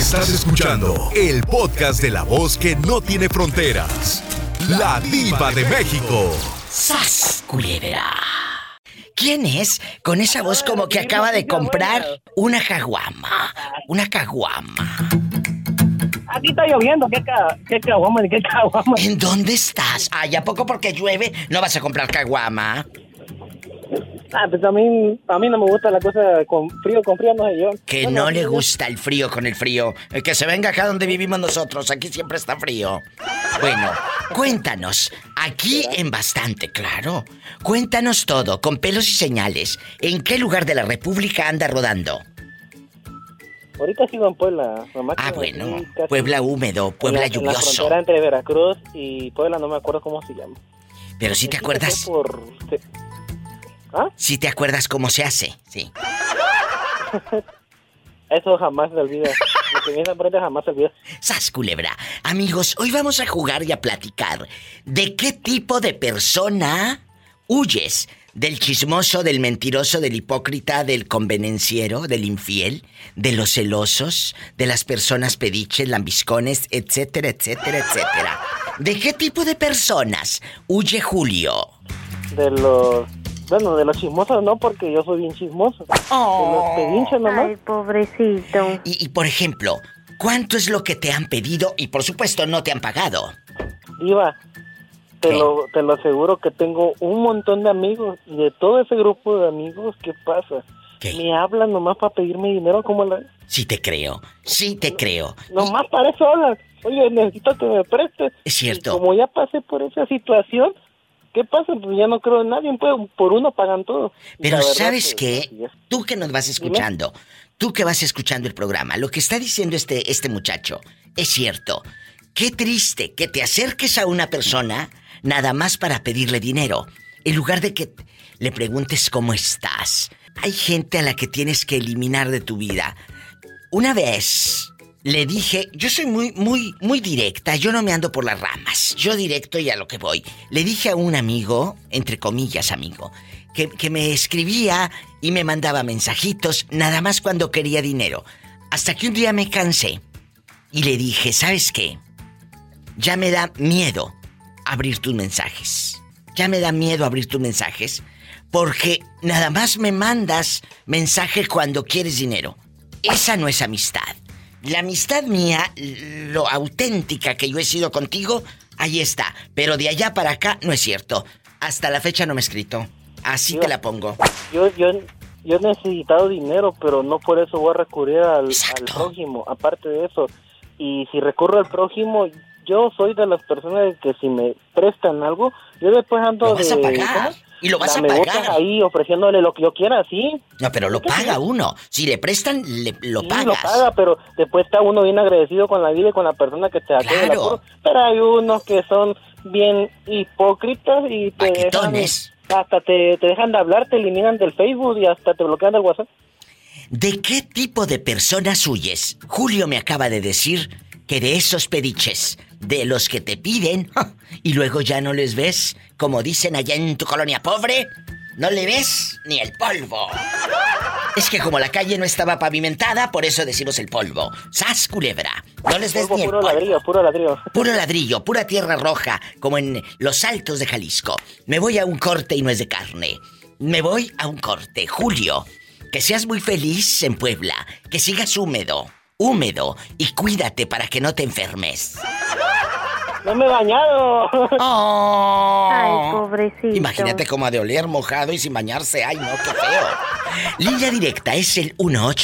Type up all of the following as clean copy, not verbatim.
Estás escuchando el podcast de la voz que no tiene fronteras. La Diva de México. ¡Sas, culebra! ¿Quién es con esa voz como que acaba de comprar una caguama? Una caguama. Aquí está lloviendo, ¿qué caguama? ¿Qué caguama? ¿En dónde estás? Ay, ¿a poco porque llueve no vas a comprar caguama? Pues a mí no me gusta la cosa con frío no sé yo. Que no le gusta el frío con el frío. El que se venga acá donde vivimos nosotros, aquí siempre está frío. Bueno, cuéntanos, aquí en Bastante, claro. Cuéntanos todo, con pelos y señales. ¿En qué lugar de la República anda rodando? Ahorita sigo en Puebla. Bueno, Puebla húmedo, Puebla lluvioso. En la frontera entre Veracruz y Puebla, no me acuerdo cómo se llama. Pero si te acuerdas... ¿Ah? Si te acuerdas cómo se hace, sí. Eso jamás se olvida. Lo que viene aprende jamás se olvida. ¡Sas, culebra! Amigos, hoy vamos a jugar y a platicar. ¿De qué tipo de persona huyes? ¿Del chismoso, del mentiroso, del hipócrita, del convenenciero, del infiel, de los celosos, de las personas pediches, lambiscones, etcétera, etcétera, etcétera? ¿De qué tipo de personas huye Julio? De los chismosos no, porque yo soy bien chismoso. Oh. De los pedinches nomás. Ay, pobrecito. Y por ejemplo, ¿cuánto es lo que te han pedido y por supuesto no te han pagado? Diva, te lo aseguro que tengo un montón de amigos. Y de todo ese grupo de amigos, ¿qué pasa? ¿Qué? Me hablan nomás para pedirme dinero, como la... Sí te creo. Nomás para eso hablan. Oye, necesito que me prestes. Es cierto. Y como ya pasé por esa situación, ¿qué pasa? Pues ya no creo en nadie, pues por uno pagan todo. Pero verdad, ¿sabes pues, qué? Tú que nos vas escuchando, tú que vas escuchando el programa, lo que está diciendo este muchacho es cierto. Qué triste que te acerques a una persona nada más para pedirle dinero, en lugar de que le preguntes cómo estás. Hay gente a la que tienes que eliminar de tu vida. Una vez le dije, yo soy muy directa, yo no me ando por las ramas, yo directo y a lo que voy. Le dije a un amigo, entre comillas amigo, que me escribía y me mandaba mensajitos nada más cuando quería dinero. Hasta que un día me cansé y le dije, ¿sabes qué? Ya me da miedo abrir tus mensajes. Ya me da miedo abrir tus mensajes porque nada más me mandas mensaje cuando quieres dinero. Esa no es amistad. La amistad mía, lo auténtica que yo he sido contigo, ahí está. Pero de allá para acá no es cierto. Hasta la fecha no me he escrito. Así te la pongo. Yo he necesitado dinero, pero no por eso voy a recurrir al prójimo. Aparte de eso, y si recurro al prójimo, yo soy de las personas que si me prestan algo, yo después ando ¿Lo vas a pagar? ¿cómo? Y lo vas a pagar. Ahí ofreciéndole lo que yo quiera, ¿sí? No, pero lo paga uno. Si le prestan, lo sí, pagas. Lo paga, pero después está uno bien agradecido con la vida y con la persona que te da todo el apuro. Pero hay unos que son bien hipócritas y te dejan, hasta te dejan de hablar, te eliminan del Facebook y hasta te bloquean del WhatsApp. ¿De qué tipo de personas huyes? Julio me acaba de decir que de esos pediches, de los que te piden y luego ya no les ves, como dicen allá en tu colonia pobre, no le ves ni el polvo. Es que como la calle no estaba pavimentada, por eso decimos el polvo. ¡Sas, culebra! No les ves ni el polvo. Puro ladrillo. Puro ladrillo, pura tierra roja, como en los Altos de Jalisco. Me voy a un corte y no es de carne. Me voy a un corte. Julio, que seas muy feliz en Puebla, que sigas húmedo, y cuídate para que no te enfermes. ¡No me he bañado! Oh. Ay, pobrecito. Imagínate cómo ha de oler mojado y sin bañarse. Ay, no, qué feo. Línea directa es el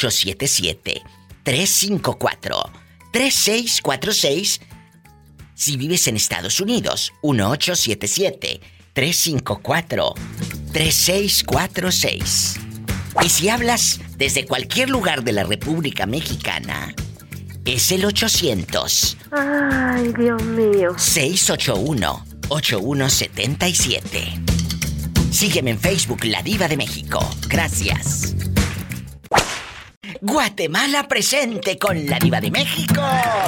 1877-354-3646 si vives en Estados Unidos. 1877-354-3646. Y si hablas desde cualquier lugar de la República Mexicana, es el 800. Ay, Dios mío. 681-8177. Sígueme en Facebook, La Diva de México. Gracias. Guatemala presente con La Diva de México.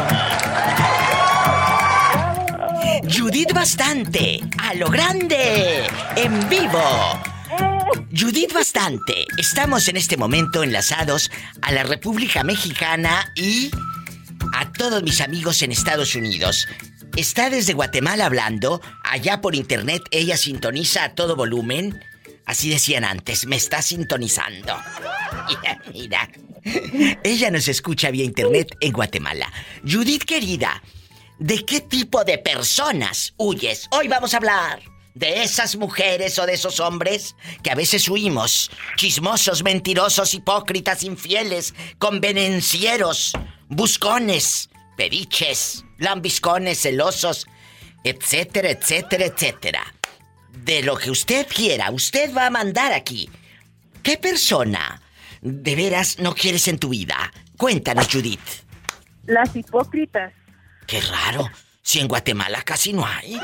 Judith Bastante, a lo grande, en vivo. Judith Bastante, estamos en este momento enlazados a la República Mexicana y a todos mis amigos en Estados Unidos. Está desde Guatemala hablando, allá por internet ella sintoniza a todo volumen. Así decían antes, me está sintonizando. Mira, ella nos escucha vía internet en Guatemala. Judith querida, ¿de qué tipo de personas huyes? Hoy vamos a hablar de esas mujeres o de esos hombres que a veces huimos. Chismosos, mentirosos, hipócritas, infieles, convenencieros, buscones, pediches, lambiscones, celosos, etcétera, etcétera, etcétera. De lo que usted quiera, usted va a mandar aquí. ¿Qué persona de veras no quieres en tu vida? Cuéntanos, Judith. Las hipócritas. Qué raro, si en Guatemala casi no hay.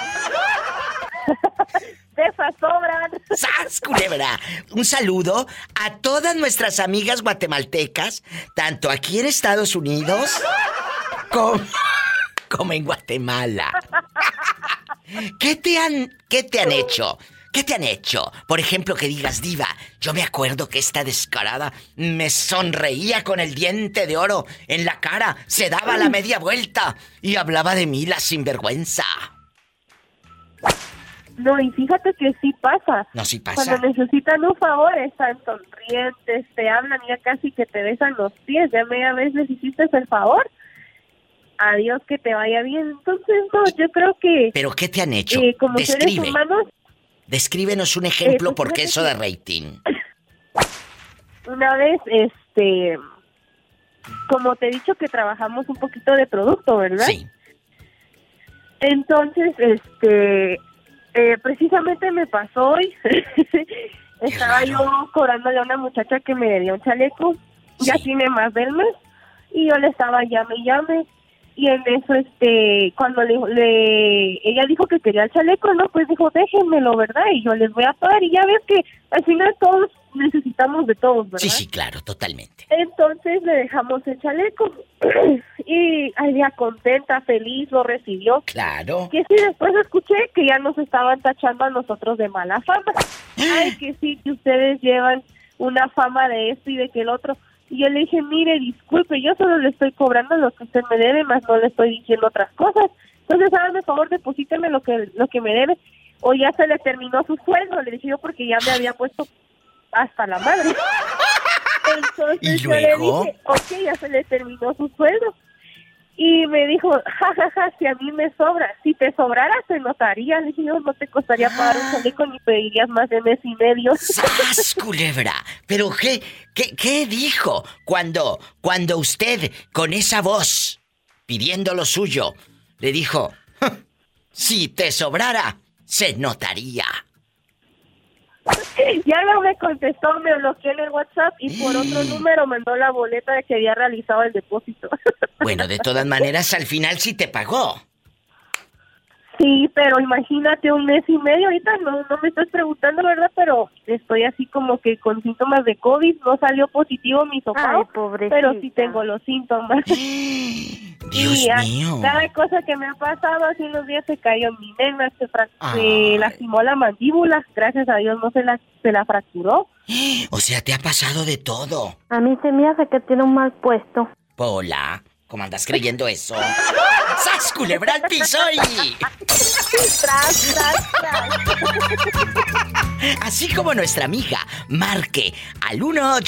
De esas sobran. ¡Sas, culebra! Un saludo a todas nuestras amigas guatemaltecas, tanto aquí en Estados Unidos como en Guatemala. ¿Qué te han hecho? ¿Qué te han hecho? Por ejemplo, que digas, diva, yo me acuerdo que esta descarada me sonreía con el diente de oro en la cara, se daba la media vuelta y hablaba de mí la sinvergüenza. No, y fíjate que sí pasa. No, sí pasa. Cuando necesitan un favor, están sonrientes, te hablan ya casi que te besan los pies. Ya media vez les hiciste el favor. Adiós, que te vaya bien. Entonces, no, yo creo que... ¿Pero qué te han hecho? Como seres humanos... Descríbenos un ejemplo porque eso de rating. Una vez, como te he dicho que trabajamos un poquito de producto, ¿verdad? Sí. Entonces, precisamente me pasó hoy. Estaba yo cobrándole a una muchacha que me debía un chaleco. Sí. Ya tiene más del mes. Y yo le estaba llame y llame. Y en eso, cuando ella dijo que quería el chaleco, no, pues dijo, déjenmelo, ¿verdad? Y yo les voy a pagar. Y ya ves que al final todos necesitamos de todos, ¿verdad? Sí, sí, claro, totalmente. Entonces le dejamos el chaleco. Y ella contenta, feliz, lo recibió. Claro. Que sí, después escuché que ya nos estaban tachando a nosotros de mala fama. Ay, que sí, que ustedes llevan una fama de esto y de que el otro... Y yo le dije, mire, disculpe, yo solo le estoy cobrando lo que usted me debe, más no le estoy diciendo otras cosas. Entonces, hágame favor, deposíteme lo que me debe. O ya se le terminó su sueldo, le dije yo, porque ya me había puesto hasta la madre. Entonces, ¿y yo luego? le dije, ok, ya se le terminó su sueldo. Y me dijo, jajaja, si a mí me sobra, si te sobrara se notaría. Le dije yo, no te costaría pagar un chaleco ni pedirías más de mes y medio. ¡Sas, culebra! ¿Pero qué dijo cuando usted, con esa voz, pidiendo lo suyo, le dijo, si te sobrara, se notaría? Ya no me contestó, me bloqueó en el WhatsApp y por otro número mandó la boleta de que había realizado el depósito. Bueno, de todas maneras, al final sí te pagó. Sí, pero imagínate un mes y medio, ahorita no me estás preguntando, ¿verdad? Pero estoy así como que con síntomas de COVID, no salió positivo mi hisopado, pero sí tengo los síntomas. Dios mío. Cada cosa que me ha pasado, hace unos días se cayó mi nena, se lastimó la mandíbula, gracias a Dios no se la fracturó. O sea, te ha pasado de todo. A mí se me hace que tiene un mal puesto. Pola, ¿cómo andas creyendo eso? ¡Sas, culebra al piso y... Tras, tras, tras. Así como nuestra amiga, marque al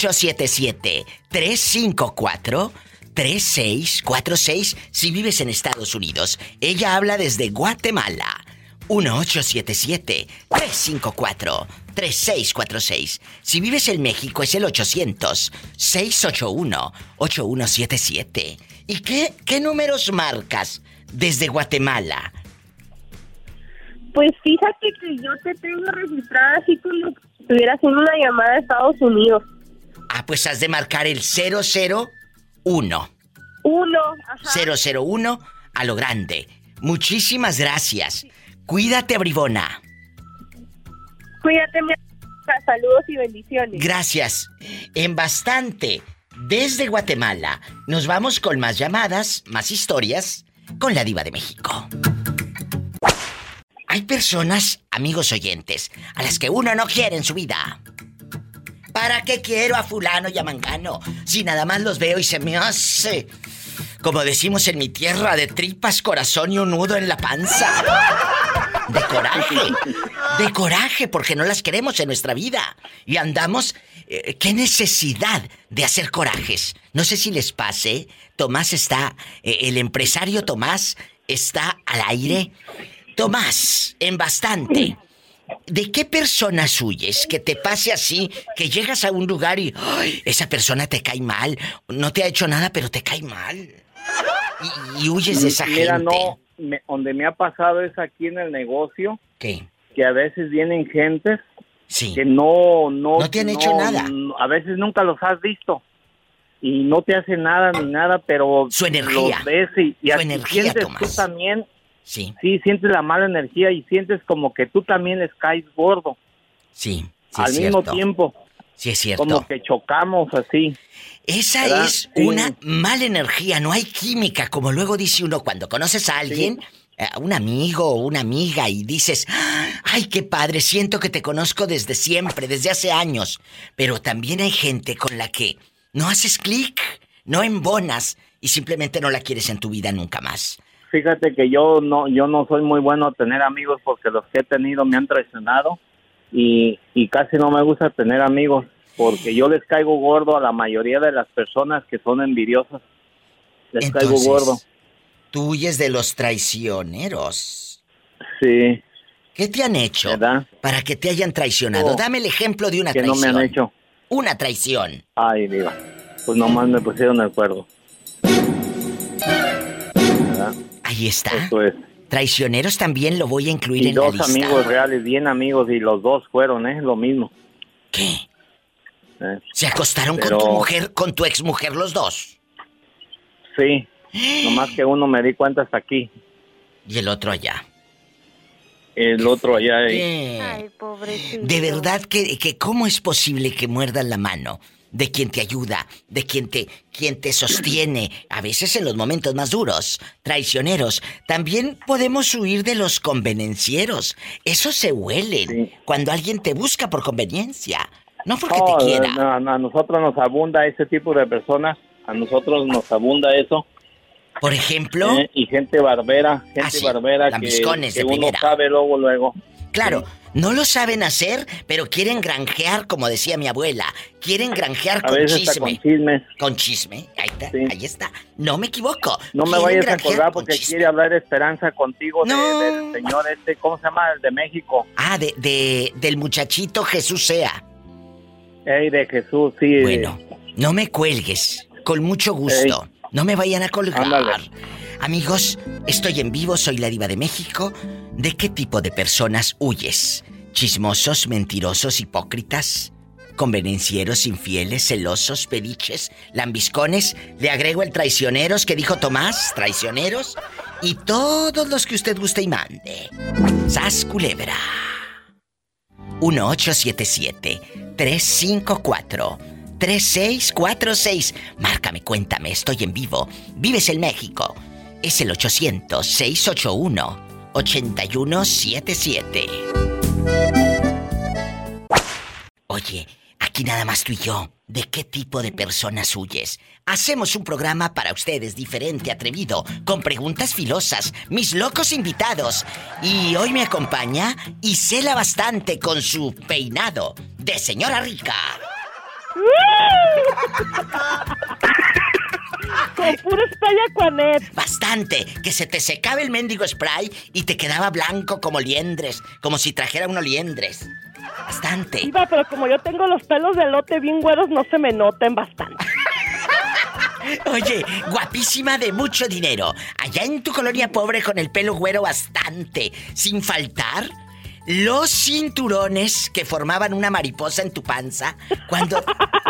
1877-354-3646 si vives en Estados Unidos. Ella habla desde Guatemala. 1877-354-3646. Si vives en México es el 800-681-8177. ¿Y qué números marcas desde Guatemala? Pues fíjate que yo te tengo registrada así como si estuvieras en una llamada de Estados Unidos. Ah, pues has de marcar el 001. 001 a lo grande. Muchísimas gracias. Cuídate, bribona. Cuídate, mi amiga. Saludos y bendiciones. Gracias. En bastante. Desde Guatemala. Nos vamos con más llamadas, más historias con la Diva de México. Hay personas, amigos oyentes, a las que uno no quiere en su vida. ¿Para qué quiero a fulano y a mangano? Si nada más los veo y se me hace, como decimos en mi tierra, de tripas, corazón y un nudo en la panza. De coraje, porque no las queremos en nuestra vida. Y andamos, ¿qué necesidad de hacer corajes? No sé si les pase, Tomás está, el empresario Tomás está al aire. Tomás, en bastante. ¿De qué personas huyes? Que te pase así, que llegas a un lugar y ¡ay! Esa persona te cae mal. No te ha hecho nada, pero te cae mal. Y huyes de esa gente. Mira, no, donde me ha pasado es aquí en el negocio. ¿Qué? Que a veces vienen gentes sí. que no te han hecho nada. A veces nunca los has visto. Y no te hacen nada ni nada, pero su energía. Los ves y su energía, sientes Tomás. tú también. Sí, sientes la mala energía y sientes como que tú también les caes gordo. Sí, al mismo tiempo. Sí, es cierto. Como que chocamos así. Esa ¿verdad? es una mala energía, no hay química, como luego dice uno cuando conoces a alguien, un amigo o una amiga, y dices, ¡ay, qué padre! Siento que te conozco desde siempre, desde hace años. Pero también hay gente con la que no haces clic, no embonas y simplemente no la quieres en tu vida nunca más. Fíjate que yo no soy muy bueno a tener amigos porque los que he tenido me han traicionado y casi no me gusta tener amigos porque yo les caigo gordo a la mayoría de las personas que son envidiosas. Les caigo gordo. Tú huyes de los traicioneros. Sí. ¿Qué te han hecho, ¿verdad? Para que te hayan traicionado? Dame el ejemplo de una traición. ¿Qué no me han hecho? Una traición. Ay, diva. Pues nomás me pusieron el cuerno. ¿Verdad? Ahí está. Eso es. Traicioneros también lo voy a incluir en la lista. Y dos amigos reales, bien amigos, y los dos fueron, lo mismo. ¿Qué? ¿Se acostaron con tu mujer, con tu exmujer los dos? Sí. Nomás que uno me di cuenta hasta aquí. Y el otro allá. El otro allá. Ay, pobrecito. De verdad que ¿cómo es posible que muerdan la mano de quien te ayuda, de quien te sostiene, a veces en los momentos más duros? Traicioneros. También podemos huir de los convenencieros. Esos se huelen cuando alguien te busca por conveniencia, no porque te quiera. A nosotros nos abunda ese tipo de personas. A nosotros nos abunda eso. Por ejemplo. Y gente barbera que uno sabe luego. Claro, no lo saben hacer, pero quieren granjear, como decía mi abuela. Quieren granjear con chisme. Con chisme. Ahí está, ahí está. No me equivoco. No me vayas a acordar porque quiere hablar de Esperanza contigo, del señor ¿cómo se llama? El de México. Ah, del muchachito Jesús Sea. De Jesús, sí. Bueno, no me cuelgues. Con mucho gusto. No me vayan a colgar. Ándale. Amigos, estoy en vivo, soy la Diva de México. ¿De qué tipo de personas huyes? ¿Chismosos, mentirosos, hipócritas? ¿Convenencieros, infieles, celosos, pediches, lambiscones? Le agrego el traicioneros que dijo Tomás, traicioneros. Y todos los que usted guste y mande. ¡Sas culebra! 1877-354-3646. Márcame, cuéntame, estoy en vivo. ¿Vives en México? Es el 800-681-8177. Oye, aquí nada más tú y yo. ¿De qué tipo de personas huyes? Hacemos un programa para ustedes diferente, atrevido, con preguntas filosas, mis locos invitados. Y hoy me acompaña Isela Bastante con su peinado de señora rica. Con puro spray Aquanet. Bastante, que se te secaba el mendigo spray y te quedaba blanco como liendres, como si trajera unos liendres. Bastante. Iba, pero como yo tengo los pelos de elote bien güeros, no se me noten bastante. Oye, guapísima, de mucho dinero. Allá en tu colonia pobre con el pelo güero bastante. Sin faltar los cinturones que formaban una mariposa en tu panza cuando...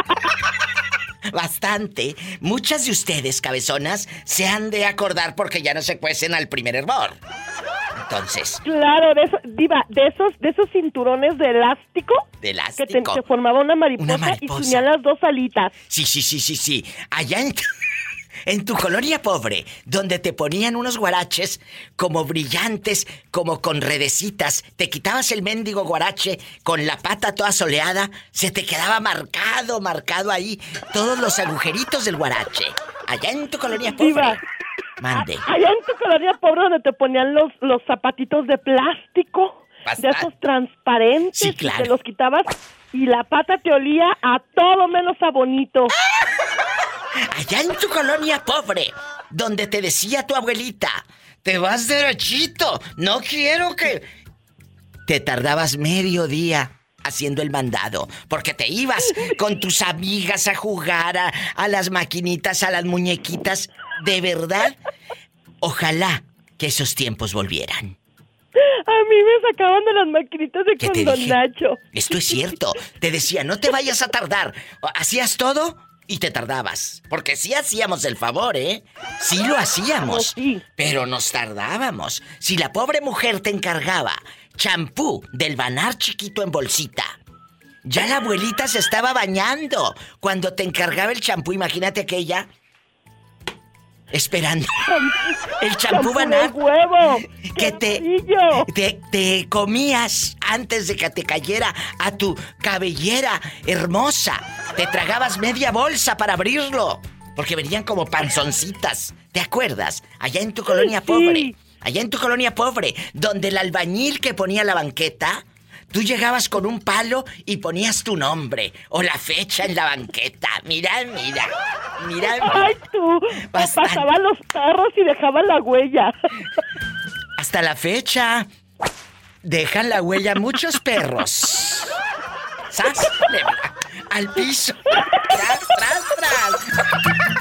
Bastante. Muchas de ustedes, cabezonas, se han de acordar porque ya no se cuecen al primer hervor. Entonces... Claro, de eso, Diva, de esos cinturones de elástico. De elástico. Que formaba una mariposa y se unían las dos alitas. Sí. Allá en... En tu colonia pobre, donde te ponían unos guaraches como brillantes, como con redecitas, te quitabas el mendigo guarache con la pata toda soleada, se te quedaba marcado ahí, todos los agujeritos del guarache. Allá en tu colonia pobre. Diva, mande. Allá en tu colonia pobre donde te ponían los zapatitos de plástico, de esos transparentes, sí, claro. y te los quitabas y la pata te olía a todo menos a bonito. Allá en tu colonia pobre, donde te decía tu abuelita, te vas derechito, no quiero que... Te tardabas medio día haciendo el mandado, porque te ibas con tus amigas a jugar a las maquinitas, a las muñequitas. De verdad, ojalá que esos tiempos volvieran. A mí me sacaban de las maquinitas de con Don Nacho. Esto es cierto. Te decía, no te vayas a tardar. Hacías todo y te tardabas. Porque sí hacíamos el favor, ¿eh? Sí lo hacíamos. Sí. Pero nos tardábamos. Si la pobre mujer te encargaba champú del Banar chiquito en bolsita, ya la abuelita se estaba bañando cuando te encargaba el champú. Imagínate aquella esperando el champú Banar que te comías antes de que te cayera a tu cabellera hermosa. Te tragabas media bolsa para abrirlo, porque venían como panzoncitas. ¿Te acuerdas? Allá en tu colonia pobre. Allá en tu colonia pobre, donde el albañil que ponía la banqueta, tú llegabas con un palo y ponías tu nombre o la fecha en la banqueta. Mira. Ay, tú. Pasaban los carros y dejaban la huella. Hasta la fecha dejan la huella muchos perros. ¿Sabes? Al piso. Tras.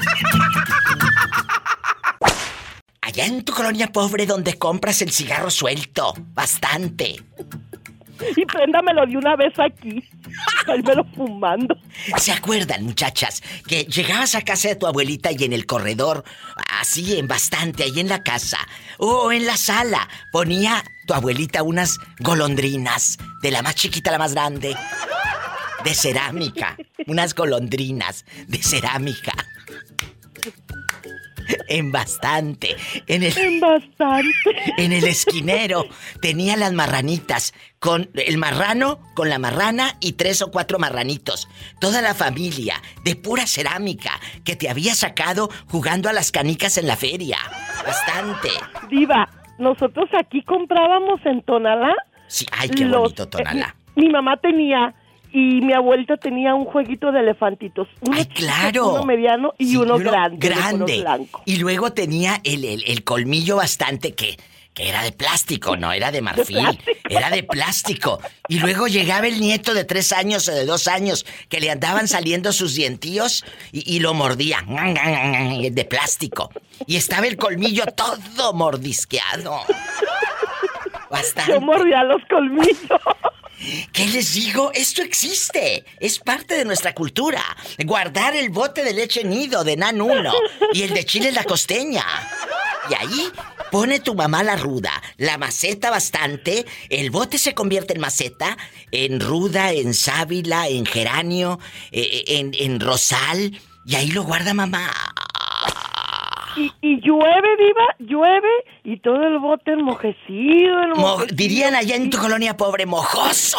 Allá en tu colonia pobre donde compras el cigarro suelto, bastante. Y préndamelo de una vez aquí. Álmelo fumando. ¿Se acuerdan, muchachas, que llegabas a casa de tu abuelita y en el corredor, así en bastante, ahí en la casa, o en la sala, ponía tu abuelita unas golondrinas, de la más chiquita a la más grande, de cerámica, unas golondrinas de cerámica? En bastante. En el esquinero tenía las marranitas, con el marrano, con la marrana y 3 o 4 marranitos. Toda la familia, de pura cerámica, que te había sacado jugando a las canicas en la feria. Bastante. Diva, nosotros aquí comprábamos en Tonalá. Sí, ay, qué bonito Tonalá. Mi mamá tenía... Y mi abuelita tenía un jueguito de elefantitos. ¡Ay, claro! Uno mediano y uno grande. ¡Grande! Y luego tenía el colmillo bastante que era de plástico, no era de marfil. Era de plástico. Y luego llegaba el nieto de 3 años o de 2 años que le andaban saliendo sus dientillos y lo mordía. De plástico. Y estaba el colmillo todo mordisqueado. Bastante. Yo mordía los colmillos. ¿Qué les digo? Esto existe. Es parte de nuestra cultura. Guardar el bote de leche nido de Nan 1 y el de chile la costeña. Y ahí pone tu mamá la ruda, la maceta bastante, el bote se convierte en maceta, en ruda, en sábila, en geranio, en rosal, y ahí lo guarda mamá. Y llueve, Diva, llueve y todo el bote enmojecido. Dirían allá en tu colonia pobre, mojoso.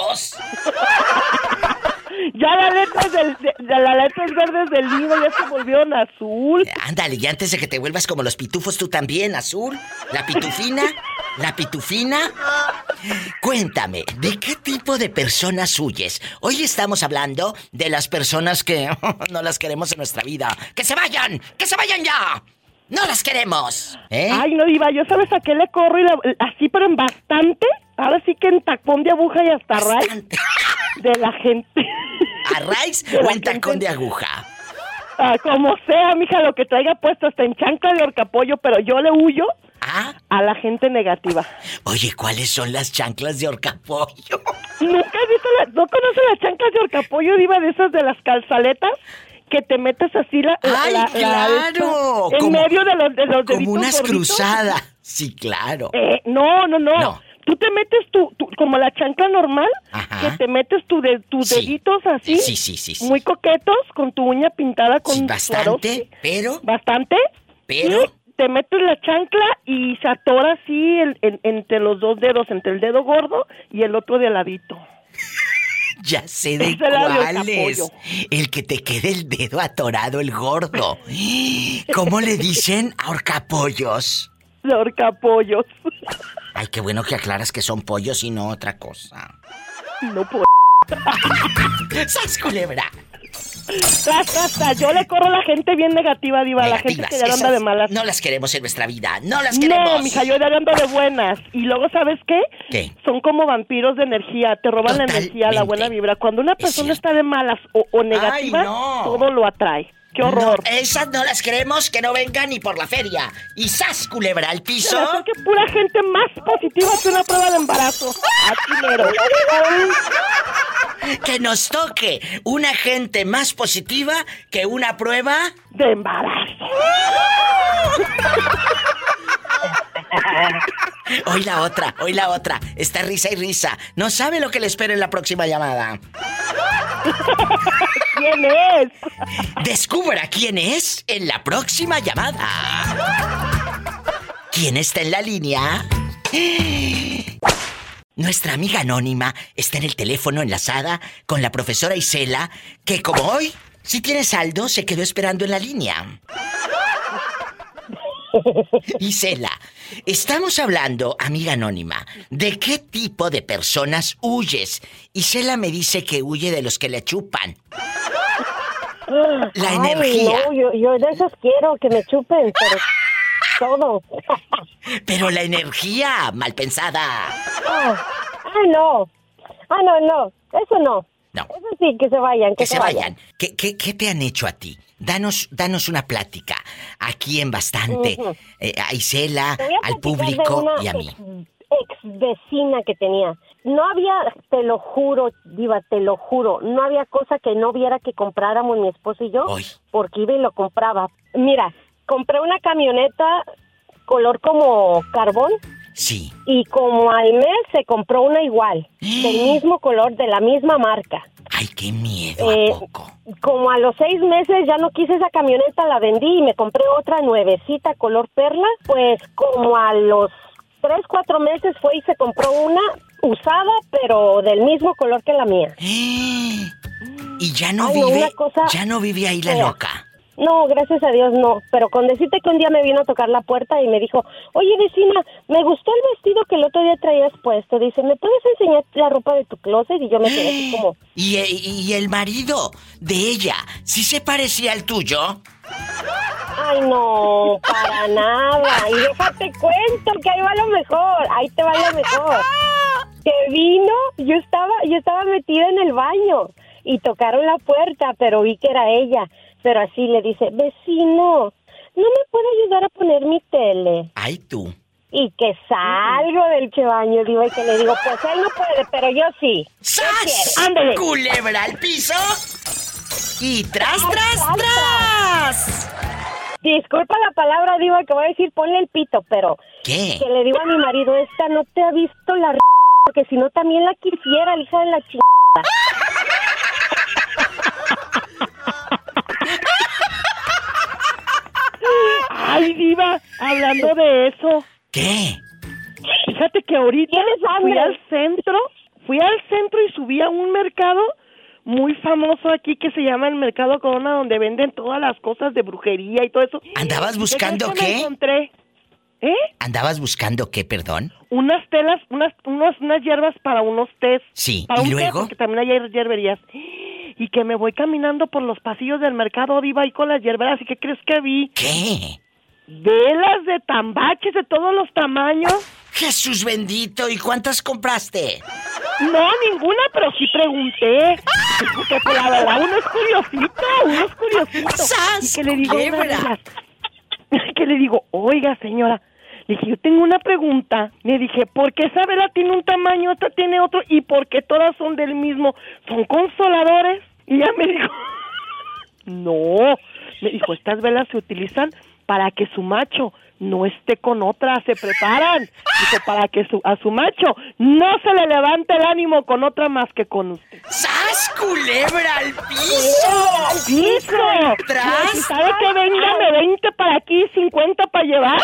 Ya las letras verdes del libro ya se volvieron azul. Ándale, y antes de que te vuelvas como los pitufos, tú también, azul. La pitufina. Cuéntame, ¿de qué tipo de personas huyes? Hoy estamos hablando de las personas que no las queremos en nuestra vida. ¡Que se vayan ya! ¡No las queremos! Ay, no, Diva, yo sabes a qué le corro así, pero en bastante. Ahora sí que en tacón de aguja y hasta raíz de la gente. ¿A raíz o en tacón de aguja? Como sea, mija, lo que traiga puesto, hasta en chancla de horcapollo, pero yo le huyo a la gente negativa. Oye, ¿cuáles son las chanclas de horcapollo? ¿Nunca has visto ¿No conoces las chanclas de horcapollo, Diva, de esas de las calzaletas? Que te metes así claro! En medio de los deditos como unas gorditos. cruzadas. Sí, claro. No. tú te metes como la chancla normal, que te metes tus deditos así, sí. muy coquetos, con tu uña pintada con bastante, pero te metes la chancla y se atora así entre los dos dedos, entre el dedo gordo y el otro de al ladito. Ya sé de cuál es. El que te quede el dedo atorado, el gordo. ¿Cómo le dicen? Ahorcapollos. Ahorcapollos. Ay, qué bueno que aclaras que son pollos y no otra cosa. No puedo. ¡Sas, culebra! Yo le corro a la gente bien negativa, diva. La gente que ya anda de malas. No las queremos en nuestra vida, no las queremos. No, mija, yo ya ando de buenas. Y luego, ¿sabes qué? ¿Qué? Son como vampiros de energía, te roban la energía, la buena vibra. Cuando una persona está de malas o negativa, todo lo atrae. ¡Qué horror! No, esas no las queremos, que no vengan ni por la feria. Y ¡sas, culebra, al piso! Que pura gente más positiva que una prueba de embarazo. Aquí mero. Que nos toque una gente más positiva que una prueba de embarazo. Hoy la otra. Está risa y risa. No sabe lo que le espera en la próxima llamada. ¿Quién es? Descubra quién es en la próxima llamada. ¿Quién está en la línea? Nuestra amiga anónima está en el teléfono enlazada con la profesora Isela, que como hoy, si tiene saldo, se quedó esperando en la línea. Isela, estamos hablando, amiga anónima, ¿de qué tipo de personas huyes? Isela me dice que huye de los que le chupan. La energía. No, yo de esos quiero que me chupen, pero todo. Pero la energía mal pensada. No, eso no. No. Eso sí, que se vayan, que se vayan. ¿Qué te han hecho a ti? Danos una plática. Aquí en Bastante. A Isela, al público y a mí. Ex vecina que tenía. No había, te lo juro, diva, te lo juro, no había cosa que no viera que compráramos mi esposo y yo, porque iba y lo compraba. Mira, compré una camioneta color como carbón. Sí. Y como al mes se compró una igual, del mismo color, de la misma marca. Ay, qué miedo, ¿a poco? Como a los 6 meses ya no quise esa camioneta, la vendí y me compré otra nuevecita color perla. Pues como a los 3, 4 meses fue y se compró una usada, pero del mismo color que la mía. Y ya no ya no vive ahí la loca. No, gracias a Dios no, pero con decirte que un día me vino a tocar la puerta y me dijo, oye vecina, me gustó el vestido que el otro día traías puesto, dice, ¿me puedes enseñar la ropa de tu closet? Y yo me quedé así como... ¿Y el marido de ella, sí se parecía al tuyo? Ay, no, para nada, y déjate cuento que ahí va lo mejor, ahí te va lo mejor. Que vino, yo estaba metida en el baño y tocaron la puerta, pero vi que era ella. Pero así le dice, vecino, ¿no me puede ayudar a poner mi tele? Ay, tú. Y que salgo del baño, digo, y que le digo, pues él no puede, pero yo sí. ¡Sas! ¡Ándale! Culebra al piso y tras. Disculpa la palabra, digo, que voy a decir, ponle el pito, pero... ¿Qué? Que le digo a mi marido, esta no te ha visto la porque si no también la quisiera, la hija de la chingada. Ay, diva, hablando de eso. ¿Qué? Fíjate que ahorita fui al centro y subí a un mercado muy famoso aquí que se llama el Mercado Corona, donde venden todas las cosas de brujería y todo eso. ¿Andabas buscando qué? Me encontré. ¿Andabas buscando qué, perdón? Unas telas, unas hierbas para unos tés. Sí, para ¿y luego? Porque también hay hierberías. Y que me voy caminando por los pasillos del mercado, diva, ahí con las hierberas. ¿Y qué crees que vi? ¿Qué? Velas de tambaches de todos los tamaños. ¡Jesús bendito! ¿Y cuántas compraste? No, ninguna, pero sí pregunté. Porque pues, la verdad, uno es curiosito. ¡Sas! Y que le digo, oiga, señora, le dije, yo tengo una pregunta. Le dije, ¿por qué esa vela tiene un tamaño, esta tiene otro? ¿Y por qué todas son del mismo? ¿Son consoladores? Y ella me dijo, no. Me dijo, estas velas se utilizan para que su macho no esté con otra, se preparan. Dijo, para que a su macho no se le levante el ánimo con otra más que con usted. ¡Sas, culebra al piso! ¡Al piso! ¡Tras! Si sabe que venga, me 20 para aquí, 50 para llevar.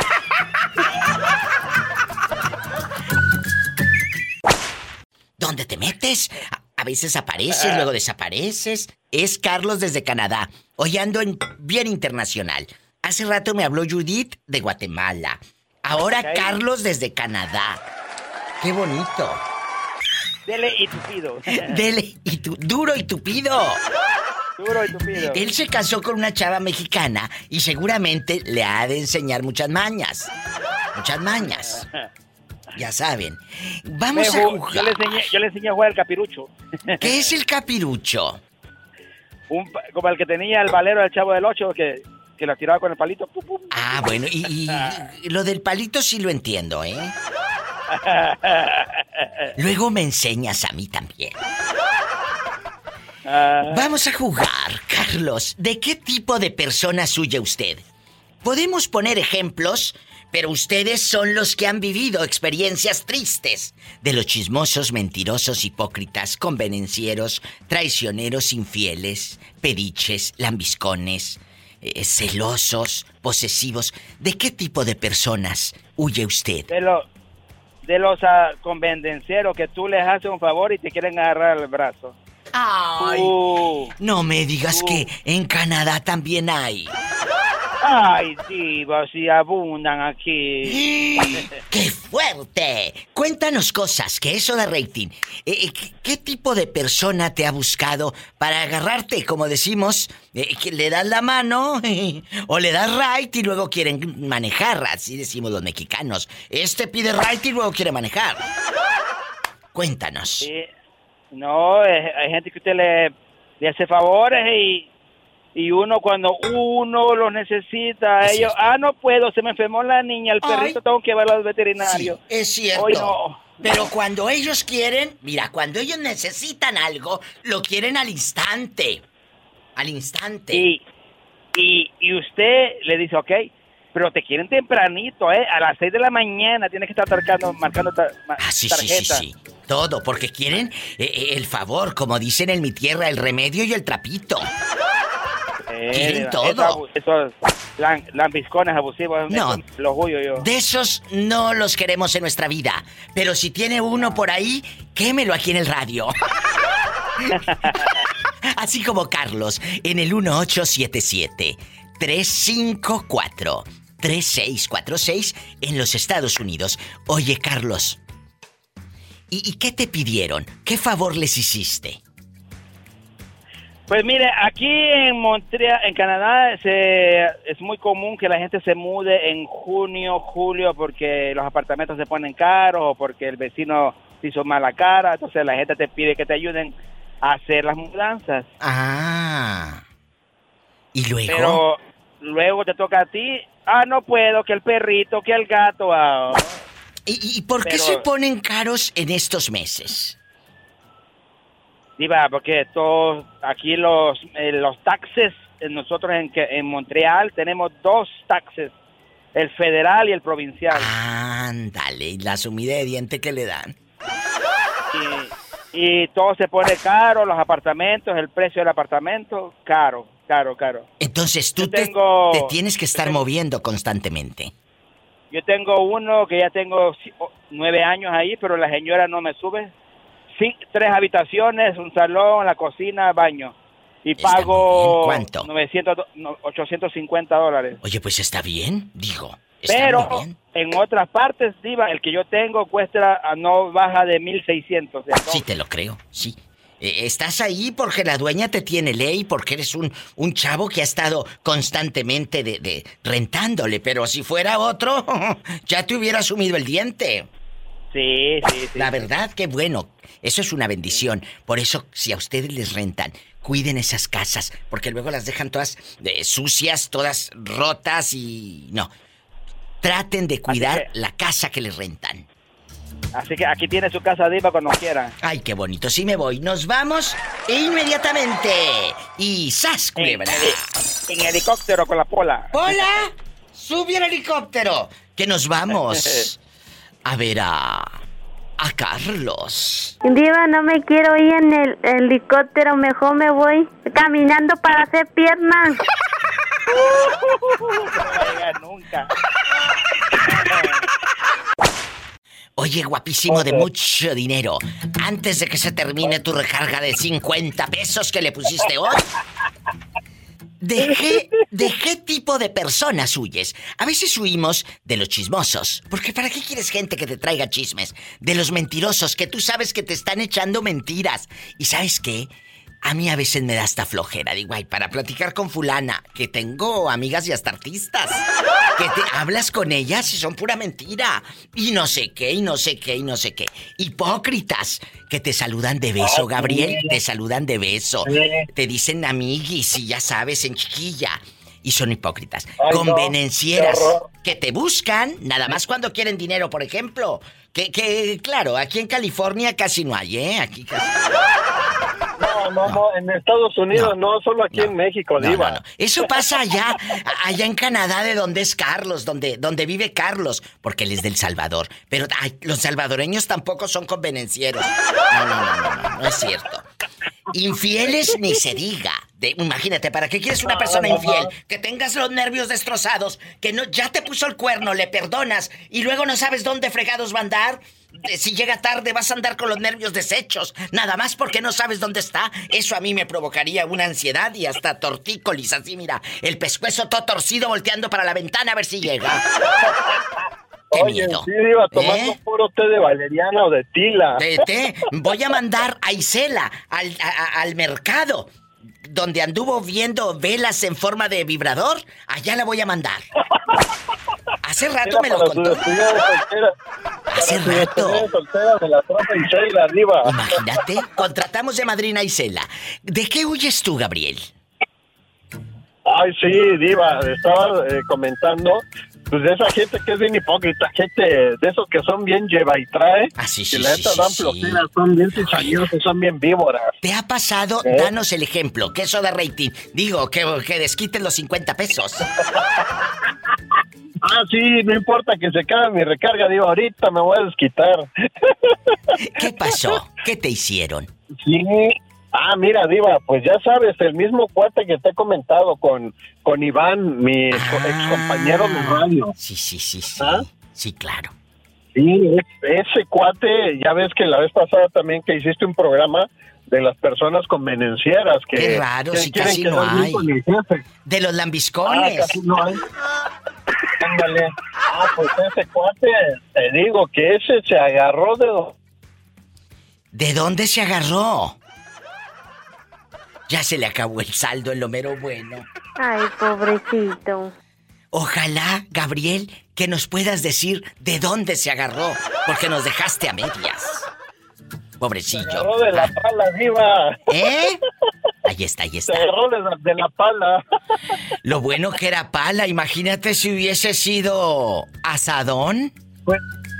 ¿Dónde te metes? A veces apareces, luego desapareces. Es Carlos desde Canadá. Hoy ando bien internacional. Hace rato me habló Judith de Guatemala. Ahora Carlos desde Canadá. ¡Qué bonito! Dele y tupido. Dele y duro y tupido. Duro y tupido. Él se casó con una chava mexicana y seguramente le ha de enseñar muchas mañas. Muchas mañas. Ya saben. Vamos a jugar. Yo le enseñé a jugar el capirucho. ¿Qué es el capirucho? Como el que tenía el valero del Chavo del Ocho, que lo tiraba con el palito. Pum, pum. Ah, bueno, y lo del palito sí lo entiendo, ¿eh? Luego me enseñas a mí también. Vamos a jugar, Carlos. ¿De qué tipo de persona huye usted? Podemos poner ejemplos, pero ustedes son los que han vivido experiencias tristes. De los chismosos, mentirosos, hipócritas, convenencieros, traicioneros, infieles, pediches, lambiscones, celosos, posesivos. ¿De qué tipo de personas huye usted? De los convenencieros que tú les haces un favor y te quieren agarrar el brazo. ¡Ay! No me digas que en Canadá también hay. ¡Ay, divas! Y abundan aquí. ¡Qué fuerte! Cuéntanos cosas, que eso da rating. ¿Qué tipo de persona te ha buscado para agarrarte, como decimos, que le das la mano o le das right y luego quieren manejar? Así decimos los mexicanos. Este pide right y luego quiere manejar. Cuéntanos. No, hay gente que usted le hace favores y uno cuando uno los necesita, es ellos, no puedo, se me enfermó la niña, el perrito, tengo que llevarlo al veterinario. Sí, es cierto. Hoy no. Pero cuando ellos quieren, mira, cuando ellos necesitan algo, lo quieren al instante. Al instante. Y usted le dice, ok, pero te quieren tempranito, a las 6 de la mañana tienes que estar marcando tarjeta. Sí. Todo, porque quieren el favor, como dicen en mi tierra, el remedio y el trapito. Quieren todo. Esos lambiscones abusivos, no, los huyo yo. De esos no los queremos en nuestra vida. Pero si tiene uno por ahí, quémelo aquí en el radio. Así como Carlos, en el 1877-354-3646 en los Estados Unidos. Oye, Carlos, ¿y qué te pidieron? ¿Qué favor les hiciste? Pues mire, aquí en Montreal, en Canadá, es muy común que la gente se mude en junio, julio, porque los apartamentos se ponen caros o porque el vecino se hizo mala cara. Entonces la gente te pide que te ayuden a hacer las mudanzas. ¿Y luego? Pero luego te toca a ti. No puedo, que el perrito, que el gato. ¿Y por qué se ponen caros en estos meses? Diva, porque todos aquí los taxes, nosotros en Montreal tenemos 2 taxes, el federal y el provincial. Ándale, y la sumida de diente que le dan. Y todo se pone caro, los apartamentos, el precio del apartamento, caro. Entonces tú te tienes que estar moviendo constantemente. Yo tengo uno que ya tengo 9 años ahí, pero la señora no me sube. 3 habitaciones, un salón, la cocina, baño. Y pago... ¿Cuánto? $850. Oye, pues está bien, digo. Pero bien. En otras partes, Diva, el que yo tengo cuesta no baja de 1,600. Sí, te lo creo, sí. Estás ahí porque la dueña te tiene ley, porque eres un chavo que ha estado constantemente de rentándole, pero si fuera otro, ya te hubiera sumido el diente. Sí. La verdad, qué bueno. Eso es una bendición. Por eso, si a ustedes les rentan, cuiden esas casas, porque luego las dejan todas sucias, todas rotas y... No. Traten de cuidar la casa que les rentan. Así que aquí tiene su casa diva cuando quiera. Ay, qué bonito. Sí me voy. Nos vamos inmediatamente. Y ¡zas, culebra! En helicóptero con la Pola. ¡Pola! ¡Sube al helicóptero! Que nos vamos a ver a Carlos. Diva, no me quiero ir en el helicóptero. Mejor me voy caminando para hacer piernas. No va a llegar nunca. Oye, guapísimo de mucho dinero, antes de que se termine tu recarga de 50 pesos que le pusiste hoy, ¿de qué tipo de personas huyes? A veces huimos de los chismosos, porque ¿para qué quieres gente que te traiga chismes? De los mentirosos, que tú sabes que te están echando mentiras. ¿Y sabes qué? A mí a veces me da hasta flojera. Digo, ay, para platicar con fulana, que tengo amigas y hasta artistas, que te hablas con ellas y son pura mentira. Y no sé qué, y no sé qué, y no sé qué. Hipócritas, que te saludan de beso, Gabriel, te saludan de beso. Te dicen amiguis y ya sabes, en chiquilla. Y son hipócritas. Convenencieras, que te buscan, nada más cuando quieren dinero, por ejemplo. Que claro, aquí en California casi no hay, ¿eh? Aquí casi... No, en Estados Unidos no, solo aquí en México, diva. No. Eso pasa allá en Canadá, de donde es Carlos, donde vive Carlos, porque él es del Salvador. Pero los salvadoreños tampoco son convenencieros. No es cierto. Infieles ni se diga. Imagínate, ¿para qué quieres una persona infiel? Que tengas los nervios destrozados, que no ya te puso el cuerno, le perdonas y luego no sabes dónde fregados va a andar. Si llega tarde vas a andar con los nervios deshechos, nada más porque no sabes dónde está. Eso a mí me provocaría una ansiedad y hasta tortícolis, así mira, el pescuezo todo torcido volteando para la ventana a ver si llega. ¡Qué miedo! Sí, iba tomando puro té de valeriana o de tila. Té. Voy a mandar a Isela al mercado, donde anduvo viendo velas en forma de vibrador. Allá la voy a mandar. Hace rato me lo contó. Hace rato. Imagínate, contratamos de madrina a Isela. ¿De qué huyes tú, Gabriel? Ay, sí, diva, estaba comentando, pues de esa gente que es bien hipócrita, gente de esos que son bien lleva y trae, que la neta dan flojeras, son bien cizañosos, son bien víboras. ¿Te ha pasado? Danos el ejemplo, que eso da rating. Digo, que desquiten los 50 pesos. Ah, sí, no importa que se caiga mi recarga, digo, ahorita me voy a desquitar. ¿Qué pasó? ¿Qué te hicieron? Sí. Ah, mira, diva, pues ya sabes, el mismo cuate que te he comentado con Iván, mi ex compañero de radio. Sí. ¿Ah? Sí, claro. Sí, ese cuate, ya ves que la vez pasada también que hiciste un programa de las personas convenencieras que... Qué raro, si casi no hay. De los lambiscones. Casi no hay. Ándale. Pues ese cuate, te digo que ese se agarró de... ¿De dónde se agarró? Ya se le acabó el saldo en lo mero bueno. Ay, pobrecito. Ojalá, Gabriel, que nos puedas decir de dónde se agarró, porque nos dejaste a medias. Pobrecillo. Se agarró de la pala, diva. Ahí está. Se agarró de la pala. Lo bueno que era pala, imagínate si hubiese sido asadón. Pues...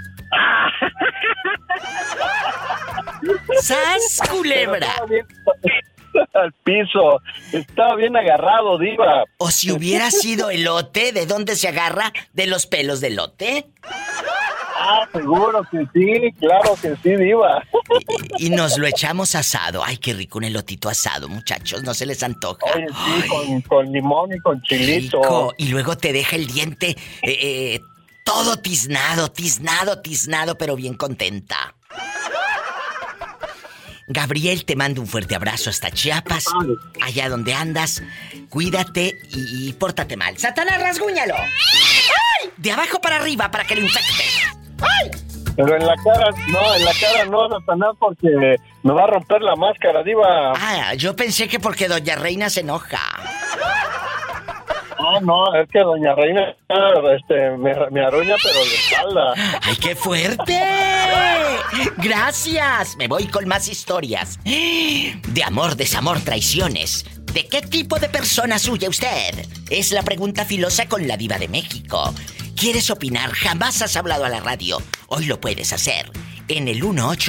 ¡Sas, culebra! Al piso, estaba bien agarrado, diva. O si hubiera sido elote, ¿de dónde se agarra? ¿De los pelos de elote? Ah, seguro que sí, claro que sí, diva. Y nos lo echamos asado. Ay, qué rico un elotito asado, muchachos, no se les antoja. Oye, sí, con limón y con chilito. Rico. Y luego te deja el diente todo tiznado, pero bien contenta. Gabriel, te mando un fuerte abrazo hasta Chiapas, allá donde andas. Cuídate y pórtate mal. ¡Satanás, rasguñalo! ¡Ay! De abajo para arriba para que lo infectes. ¡Ay! Pero en la cara no, Satanás, porque me va a romper la máscara, diva. Ah, yo pensé que porque Doña Reina se enoja. No, es que Doña Reina me arruña, pero de espalda. ¡Ay, qué fuerte! ¡Gracias! Me voy con más historias. De amor, desamor, traiciones. ¿De qué tipo de personas huye usted? Es la pregunta filosa con la Diva de México. ¿Quieres opinar? Jamás has hablado a la radio. Hoy lo puedes hacer. en el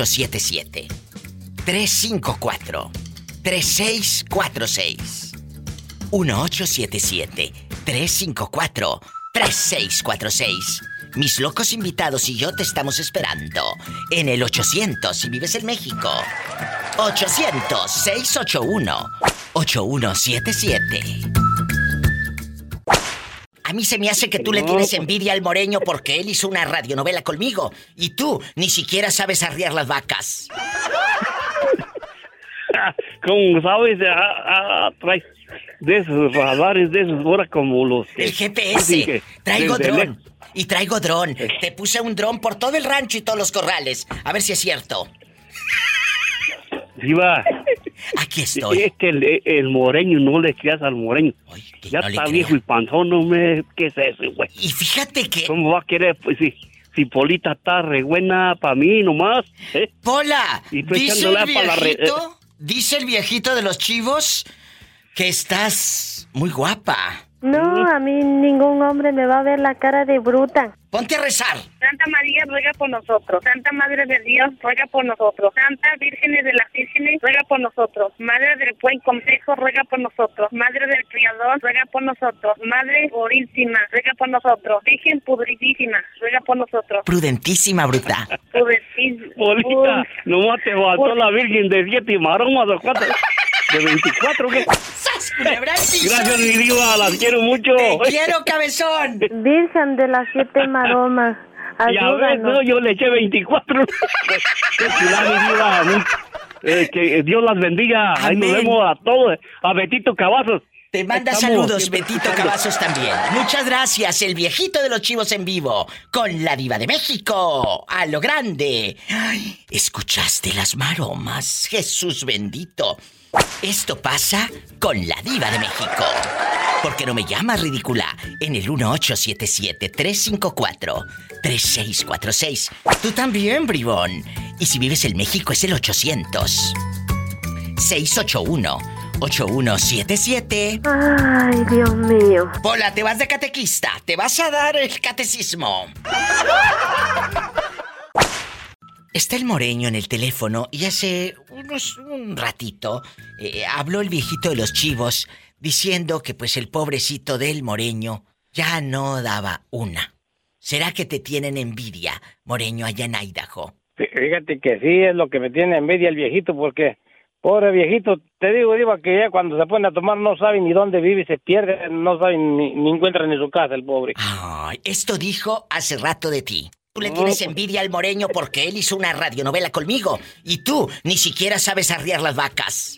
1877-354-3646. 1877-354-3646. Mis locos invitados y yo te estamos esperando en el 800 si vives en México. 800-681-8177. A mí se me hace que tú le tienes envidia al Moreño porque él hizo una radionovela conmigo y tú ni siquiera sabes arriar las vacas. ¿Cómo sabes? Traes de esos radares, de esos ahora como los... El GPS. Traigo dron. Y traigo dron. Te puse un dron por todo el rancho y todos los corrales. A ver si es cierto. Diva. Aquí estoy. Es que el Moreño, no le creas al Moreño. Oye, ya no está viejo y panzón, no me... ¿Qué es eso, güey? Y fíjate que... ¿Cómo va a querer? Pues si Polita está re buena para mí nomás, ¿eh? Pola, dice el viejito de los chivos que estás muy guapa. No, a mí ningún hombre me va a ver la cara de bruta. Ponte a rezar. Santa María, ruega por nosotros. Santa Madre de Dios, ruega por nosotros. Santa Vírgenes de las Vírgenes, ruega por nosotros. Madre del Buen Consejo, ruega por nosotros. Madre del Criador, ruega por nosotros. Madre Purísima, ruega por nosotros. Virgen Pudridísima, ruega por nosotros. Prudentísima, bruta. Prudentísima. Polita, nomás te faltó la Virgen de 7 maromas o 4. ¿De 24 qué? Gracias, mi diva, las quiero mucho. Te quiero, cabezón. Virgen de las 7 maromas, ayúdanos. Ya ves, no, yo le eché 24. Qué chula, mi diva. Que Dios las bendiga. Amén. Ahí nos vemos a todos. A Betito Cavazos. Te manda saludos, Betito Cavazos también. Muchas gracias, el viejito de los chivos en vivo, con la Diva de México, a lo grande. Ay, ¿escuchaste las maromas? Jesús bendito. Esto pasa con la Diva de México. ¿Por qué no me llamas, ridícula? En el 1877-354-3646. Tú también, bribón. Y si vives en México es el 800-681-8177. Ay, Dios mío. Pola, te vas de catequista. Te vas a dar el catecismo. Está el Moreño en el teléfono y hace un ratito habló el viejito de los chivos diciendo que pues el pobrecito del Moreño ya no daba una. ¿Será que te tienen envidia, Moreño, allá en Idaho? Fíjate que sí, es lo que me tiene envidia el viejito, porque pobre viejito, te digo, Diva, que ya cuando se pone a tomar no sabe ni dónde vive, se pierde, no sabe ni encuentra ni su casa el pobre. Ay, esto dijo hace rato de ti. Tú le tienes envidia al Moreño porque él hizo una radionovela conmigo y tú ni siquiera sabes arriar las vacas.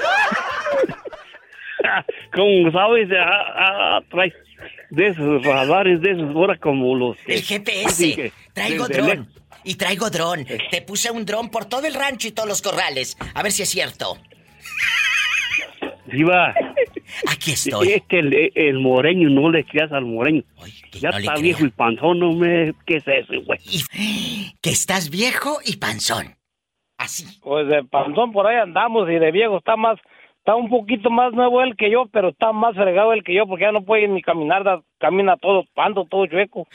¿Cómo sabes? Traes de esos radares, de esos ahora como los... El GPS. Traigo dron. Y traigo dron. Te puse un dron por todo el rancho y todos los corrales. A ver si es cierto. Diva. Aquí estoy. Es que el Moreño, no le creas al Moreño. Oye, ya no está viejo y panzón, no me... ¿Qué es eso, güey? Que estás viejo y panzón. Así. Pues de panzón por ahí andamos y de viejo está un poquito más nuevo él que yo, pero está más fregado él que yo porque ya no puede ni caminar, camina todo pando, todo chueco.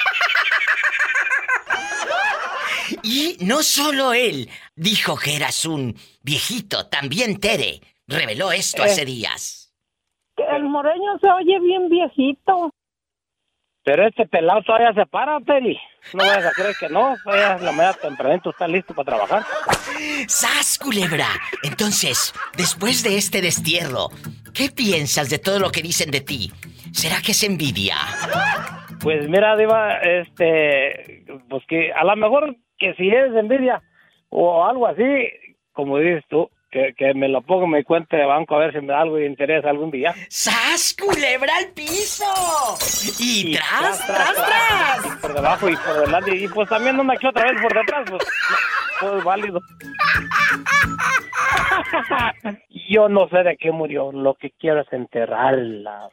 Y no solo él dijo que eras un viejito, también Tere reveló esto hace días. El Moreño se oye bien viejito. Pero este pelado todavía se para, Teri. No vayas a creer que no. Todavía la media tempranito está listo para trabajar. ¡Sas, culebra! Entonces, después de este destierro, ¿qué piensas de todo lo que dicen de ti? ¿Será que es envidia? Pues mira, Diva, pues que a lo mejor que si es envidia o algo así, como dices tú, que me lo pongo en mi cuenta de banco a ver si me da algo de interés algún día. ¡Sas, culebra al piso! Y tras. Y por debajo y por delante. Y pues también una que otra vez por detrás, pues todo es válido. Yo no sé de qué murió. Lo que quiero es enterrarla.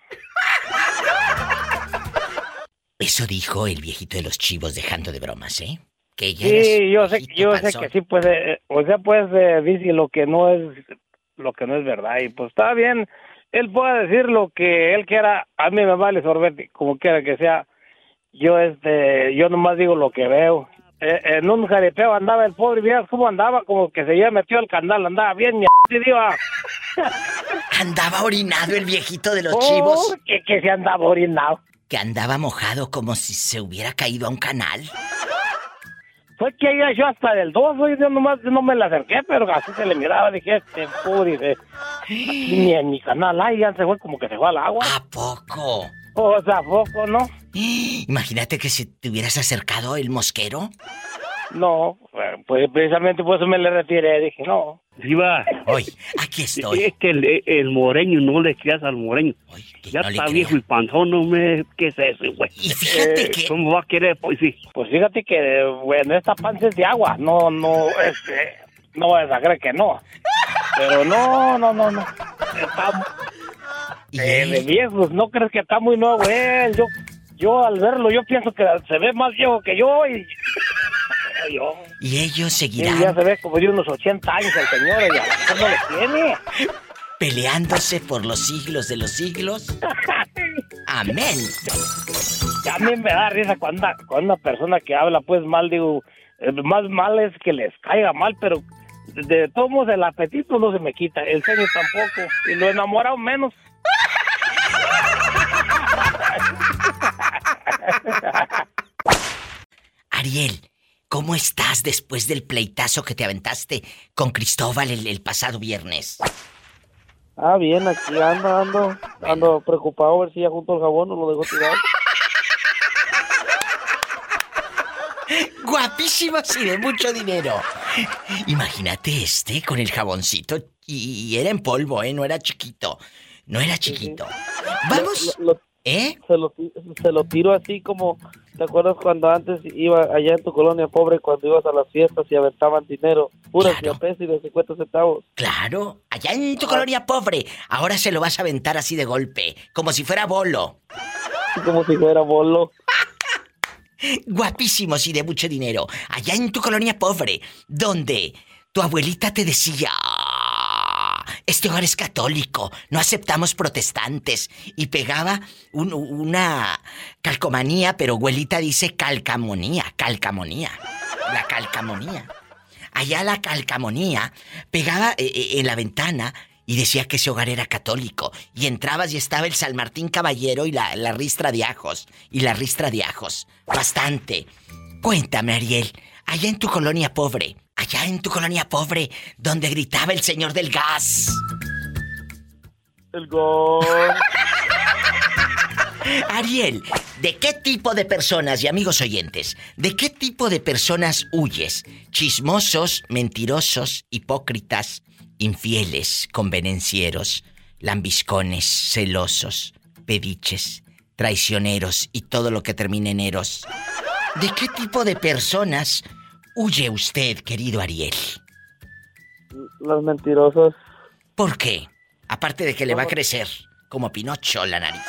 Eso dijo el viejito de los chivos dejando de bromas, ¿eh? Que sí, yo sé que sí puede, o sea, pues dice lo que no es verdad y pues está bien, él puede decir lo que él quiera, a mí me vale sorbete, como quiera que sea, yo nomás digo lo que veo en un jaripeo andaba el pobre, ¿vías cómo andaba? Como que se había metido al canal, andaba bien, diva. ¿Andaba orinado el viejito de los chivos? Que se andaba orinado. Que andaba mojado como si se hubiera caído a un canal. Fue que yo hasta del 2, yo nomás no me la acerqué, pero así se le miraba, dije, pobre, ni en mi canal, ya se fue como que se fue al agua. ¿A poco? O sea, ¿a poco, no? Imagínate que si te hubieras acercado el mosquero. No, pues precisamente por eso me le retiré, dije, no. Diva. Oye, aquí estoy. Es que el moreño, no le creas al moreño. Oye, ya no está viejo y panzón, no me... ¿Qué es eso, güey? Y fíjate que... ¿Cómo va a querer? Pues sí. Pues fíjate que, bueno, esta panza es de agua. No vas a creer que no. Pero no. Está... de viejos, ¿no crees que está muy nuevo él? Yo al verlo, yo pienso que se ve más viejo que yo y... Y ellos seguirán. Y ya se ve como de unos 80 años el señor, y ya no le tiene. Peleándose por los siglos de los siglos. Amén. A mí me da risa cuando una persona que habla pues mal, digo, más mal es que les caiga mal, pero de todos modos el apetito no se me quita, el ceño tampoco, y lo enamorado menos. Ariel, ¿cómo estás después del pleitazo que te aventaste con Cristóbal el pasado viernes? Bien, aquí ando preocupado a ver si ya junto el jabón o lo dejo tirado. Guapísimos y de mucho dinero. Imagínate con el jaboncito y era en polvo, no era chiquito. No era chiquito. Vamos. Se lo tiro así como... ¿Te acuerdas cuando antes iba allá en tu colonia pobre, cuando ibas a las fiestas y aventaban dinero? Puras pesos y de 50 centavos. Claro, allá en tu colonia pobre. Ahora se lo vas a aventar así de golpe, como si fuera bolo. Como si fuera bolo. Guapísimos y de mucho dinero. Allá en tu colonia pobre, donde tu abuelita te decía... Este hogar es católico, no aceptamos protestantes. Y pegaba una calcomanía, pero abuelita dice calcamonía. La calcamonía. Allá la calcamonía pegaba en la ventana y decía que ese hogar era católico. Y entrabas y estaba el San Martín Caballero y la ristra de ajos. Bastante. Cuéntame, Ariel, allá en tu colonia pobre, donde gritaba el señor del gas. El gas. Ariel, ¿de qué tipo de personas, y amigos oyentes, de qué tipo de personas huyes? Chismosos, mentirosos, hipócritas, infieles, convenencieros, lambiscones, celosos, pediches, traicioneros y todo lo que termine en eros. ¿De qué tipo de personas huye usted, querido Ariel? Los mentirosos. ¿Por qué? Aparte de que le va a crecer, como Pinocho, la nariz.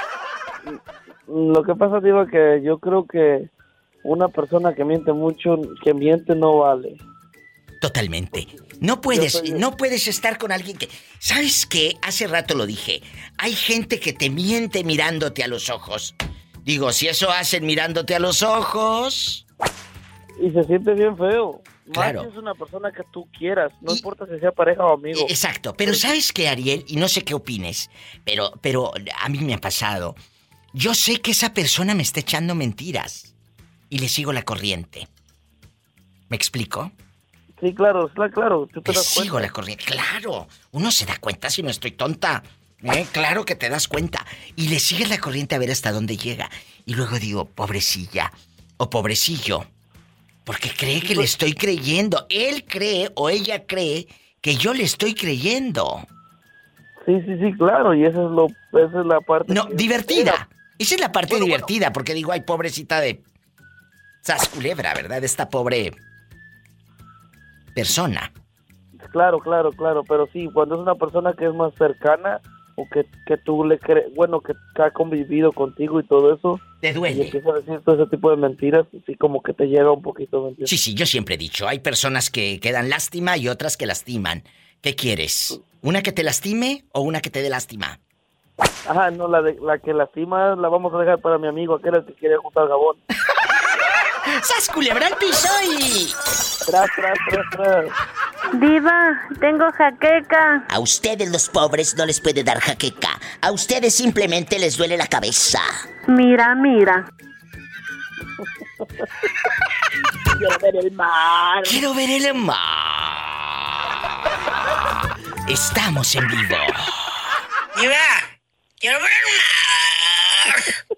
Lo que pasa, digo, que yo creo que una persona que miente mucho, que miente no vale. Totalmente. No puedes estar con alguien que... ¿Sabes qué? Hace rato lo dije. Hay gente que te miente mirándote a los ojos. Digo, si eso hacen mirándote a los ojos... Y se siente bien feo. Claro. Más si es una persona que tú quieras, no importa si sea pareja o amigo. Exacto, pero ¿sabes qué, Ariel? Y no sé qué opines, pero a mí me ha pasado. Yo sé que esa persona me está echando mentiras y le sigo la corriente. ¿Me explico? Sí, claro. ¿Tú te das cuenta? Sigo la corriente, claro. Uno se da cuenta si no estoy tonta. Claro que te das cuenta. Y le sigues la corriente a ver hasta dónde llega. Y luego digo, pobrecilla o pobrecillo. Porque cree que le estoy creyendo. Él cree o ella cree que yo le estoy creyendo. Sí, claro. Y esa es la parte... No, divertida. Esa es la parte divertida, porque digo, ay, pobrecita de... Sasculebra, ¿verdad? Esta pobre... persona. Claro. Pero sí, cuando es una persona que es más cercana... o que tú le crees, bueno, que ha convivido contigo y todo eso... Te duele. Y empieza a decir todo ese tipo de mentiras, así como que te llega un poquito, ¿me entiendes? Sí, yo siempre he dicho, hay personas que dan lástima y otras que lastiman. ¿Qué quieres? ¿Una que te lastime o una que te dé lástima? Ajá, no, la que lastima la vamos a dejar para mi amigo, aquel que quiere juntar jabón. ¡Sas, culebra al piso y... Tras. Diva, tengo jaqueca. A ustedes los pobres no les puede dar jaqueca. A ustedes simplemente les duele la cabeza. Mira. Quiero ver el mar. Quiero ver el mar. Estamos en vivo. Diva, quiero ver el mar.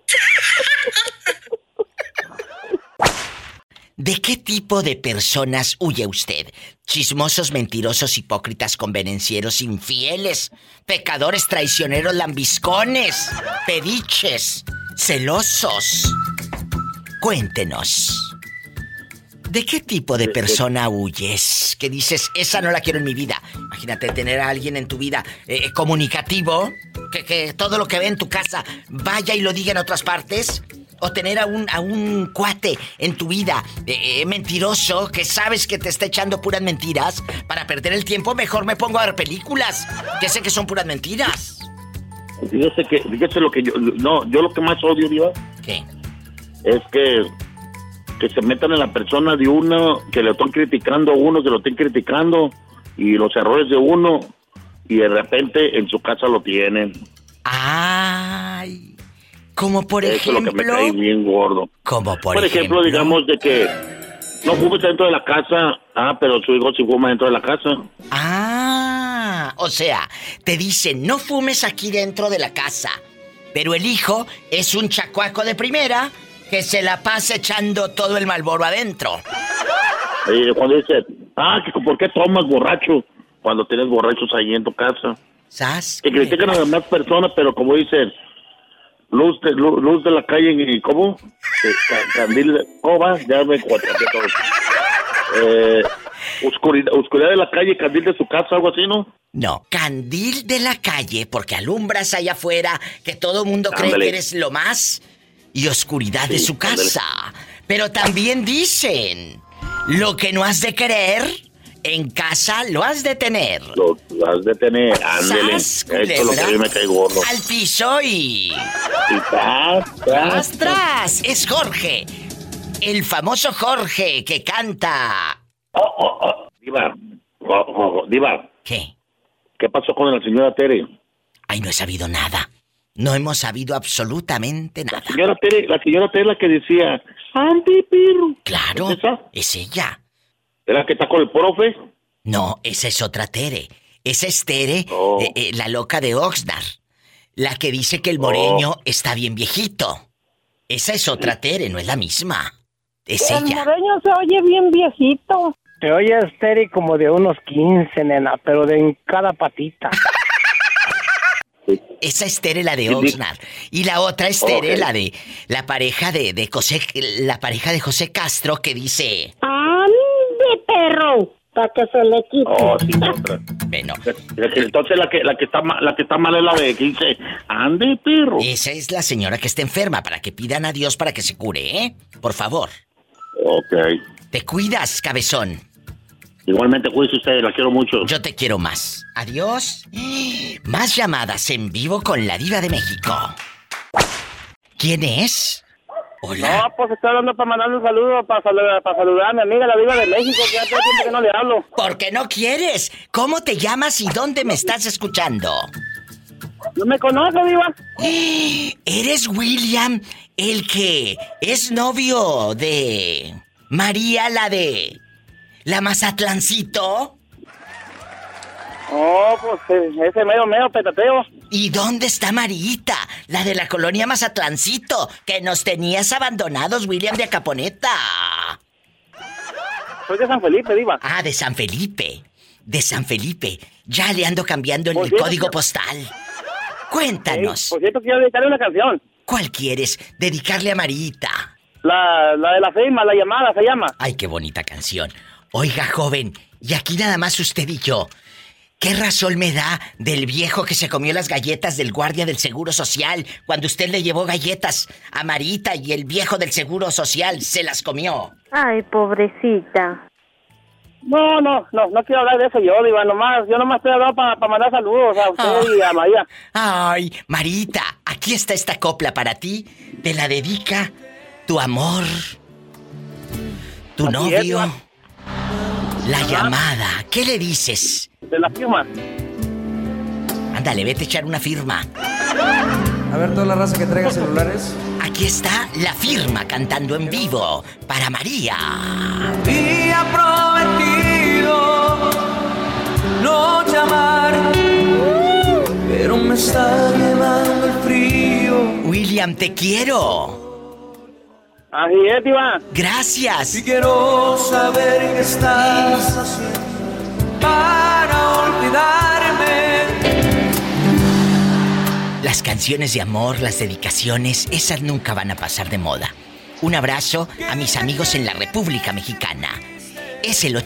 ¿De qué tipo de personas huye usted? Chismosos, mentirosos, hipócritas, convenencieros, infieles, pecadores, traicioneros, lambiscones, pediches, celosos. Cuéntenos. ¿De qué tipo de persona huyes? Que dices, esa no la quiero en mi vida. Imagínate tener a alguien en tu vida comunicativo, que todo lo que ve en tu casa vaya y lo diga en otras partes. O tener a un cuate en tu vida mentiroso, que sabes que te está echando puras mentiras. Para perder el tiempo, mejor me pongo a ver películas, que sé que son puras mentiras. Fíjese lo que yo lo que más odio, Diva. ¿Qué? Es que se metan en la persona de uno, que le están criticando a uno, que lo estén criticando, y los errores de uno, y de repente en su casa lo tienen. ¡Ay! Como por ejemplo... Eso es lo que me cae bien gordo. Como por ejemplo, digamos de que no fumes dentro de la casa, pero su hijo sí fuma dentro de la casa. O sea, te dicen, no fumes aquí dentro de la casa, pero el hijo es un chacuaco de primera que se la pasa echando todo el Marlboro adentro. Cuando dice, que ¿por qué tomas borracho cuando tienes borrachos ahí en tu casa? ¿Sabes? Que critican a las demás personas, pero como dicen, luz de la calle y ¿cómo? Candil de... ¿Cómo va? Ya me encuentro. Oscuridad de la calle, candil de su casa, algo así, ¿no? No, candil de la calle, porque alumbras allá afuera, que todo el mundo cree que eres lo más, y oscuridad de su casa. Pero también dicen, lo que no has de querer, en casa lo has de tener. Lo has de tener, ándele. Esto es lo que a mí me cae gordo. Al piso y tras. Es Jorge, el famoso Jorge que canta. Diva. ¿Qué? ¿Qué pasó con la señora Tere? Ay, no he sabido nada. No hemos sabido absolutamente nada. La señora Tere es la que decía, Andy Pirro. Claro, es ella. ¿Es la que está con el profe? No, esa es otra Tere. Esa es Tere, la loca de Oxnard. La que dice que el moreño está bien viejito. Esa es otra Tere, no es la misma. Es ella. El moreño se oye bien viejito. Te oyes, Tere, como de unos 15, nena, pero de en cada patita. Esa es Tere, la de Oxnard. Y la otra es Tere, la de la pareja de José, la pareja de José Castro, que dice... ¡Ande, perro! Para que se le quite. Sí, otra. Bueno. Entonces la que está mal es la de que dice, ¡ande, perro! Esa es la señora que está enferma, para que pidan a Dios para que se cure, ¿eh? Por favor. Ok. Te cuidas, cabezón. Igualmente, cuídese usted, la quiero mucho. Yo te quiero más. Adiós. Más llamadas en vivo con la Diva de México. ¿Quién es? Hola. No, pues estoy hablando para mandarle un saludo, para saludar a mi amiga, la Diva de México, que hace tiempo que no le hablo. ¿Por qué no quieres? ¿Cómo te llamas y dónde me estás escuchando? ¿No me conoce, Diva? ¿Eres William, el que es novio de María, la de... ¿La Mazatlancito? Oh, pues ese medio petateo. ¿Y dónde está Marita, la de la colonia Mazatlancito, que nos tenías abandonados, William de Acaponeta? Soy de San Felipe, Diva. Ah, de San Felipe. De San Felipe. Ya le ando cambiando el código postal. Cuéntanos. Por cierto, quiero dedicarle una canción. ¿Cuál quieres dedicarle a Marita? La de la FEMA, La Llamada, se llama. Ay, qué bonita canción. Oiga, joven, y aquí nada más usted y yo. ¿Qué razón me da del viejo que se comió las galletas del guardia del Seguro Social cuando usted le llevó galletas a Marita y el viejo del Seguro Social se las comió? Ay, pobrecita. No quiero hablar de eso yo, Diva, yo nomás estoy hablando para mandar saludos a usted y a María. Ay, Marita, aquí está esta copla para ti, te la dedica tu amor, Tu novio. La llamada. ¿Qué le dices? De la firma. Ándale, vete a echar una firma. A ver, toda la raza que traiga celulares. Aquí está la firma cantando en vivo para María. Había prometido no llamar, pero me está llevando el frío. William, te quiero. Así es, Diva. Gracias. Y quiero saber qué estás haciendo para olvidarme. Las canciones de amor, las dedicaciones, esas nunca van a pasar de moda. Un abrazo a mis amigos en la República Mexicana. Es el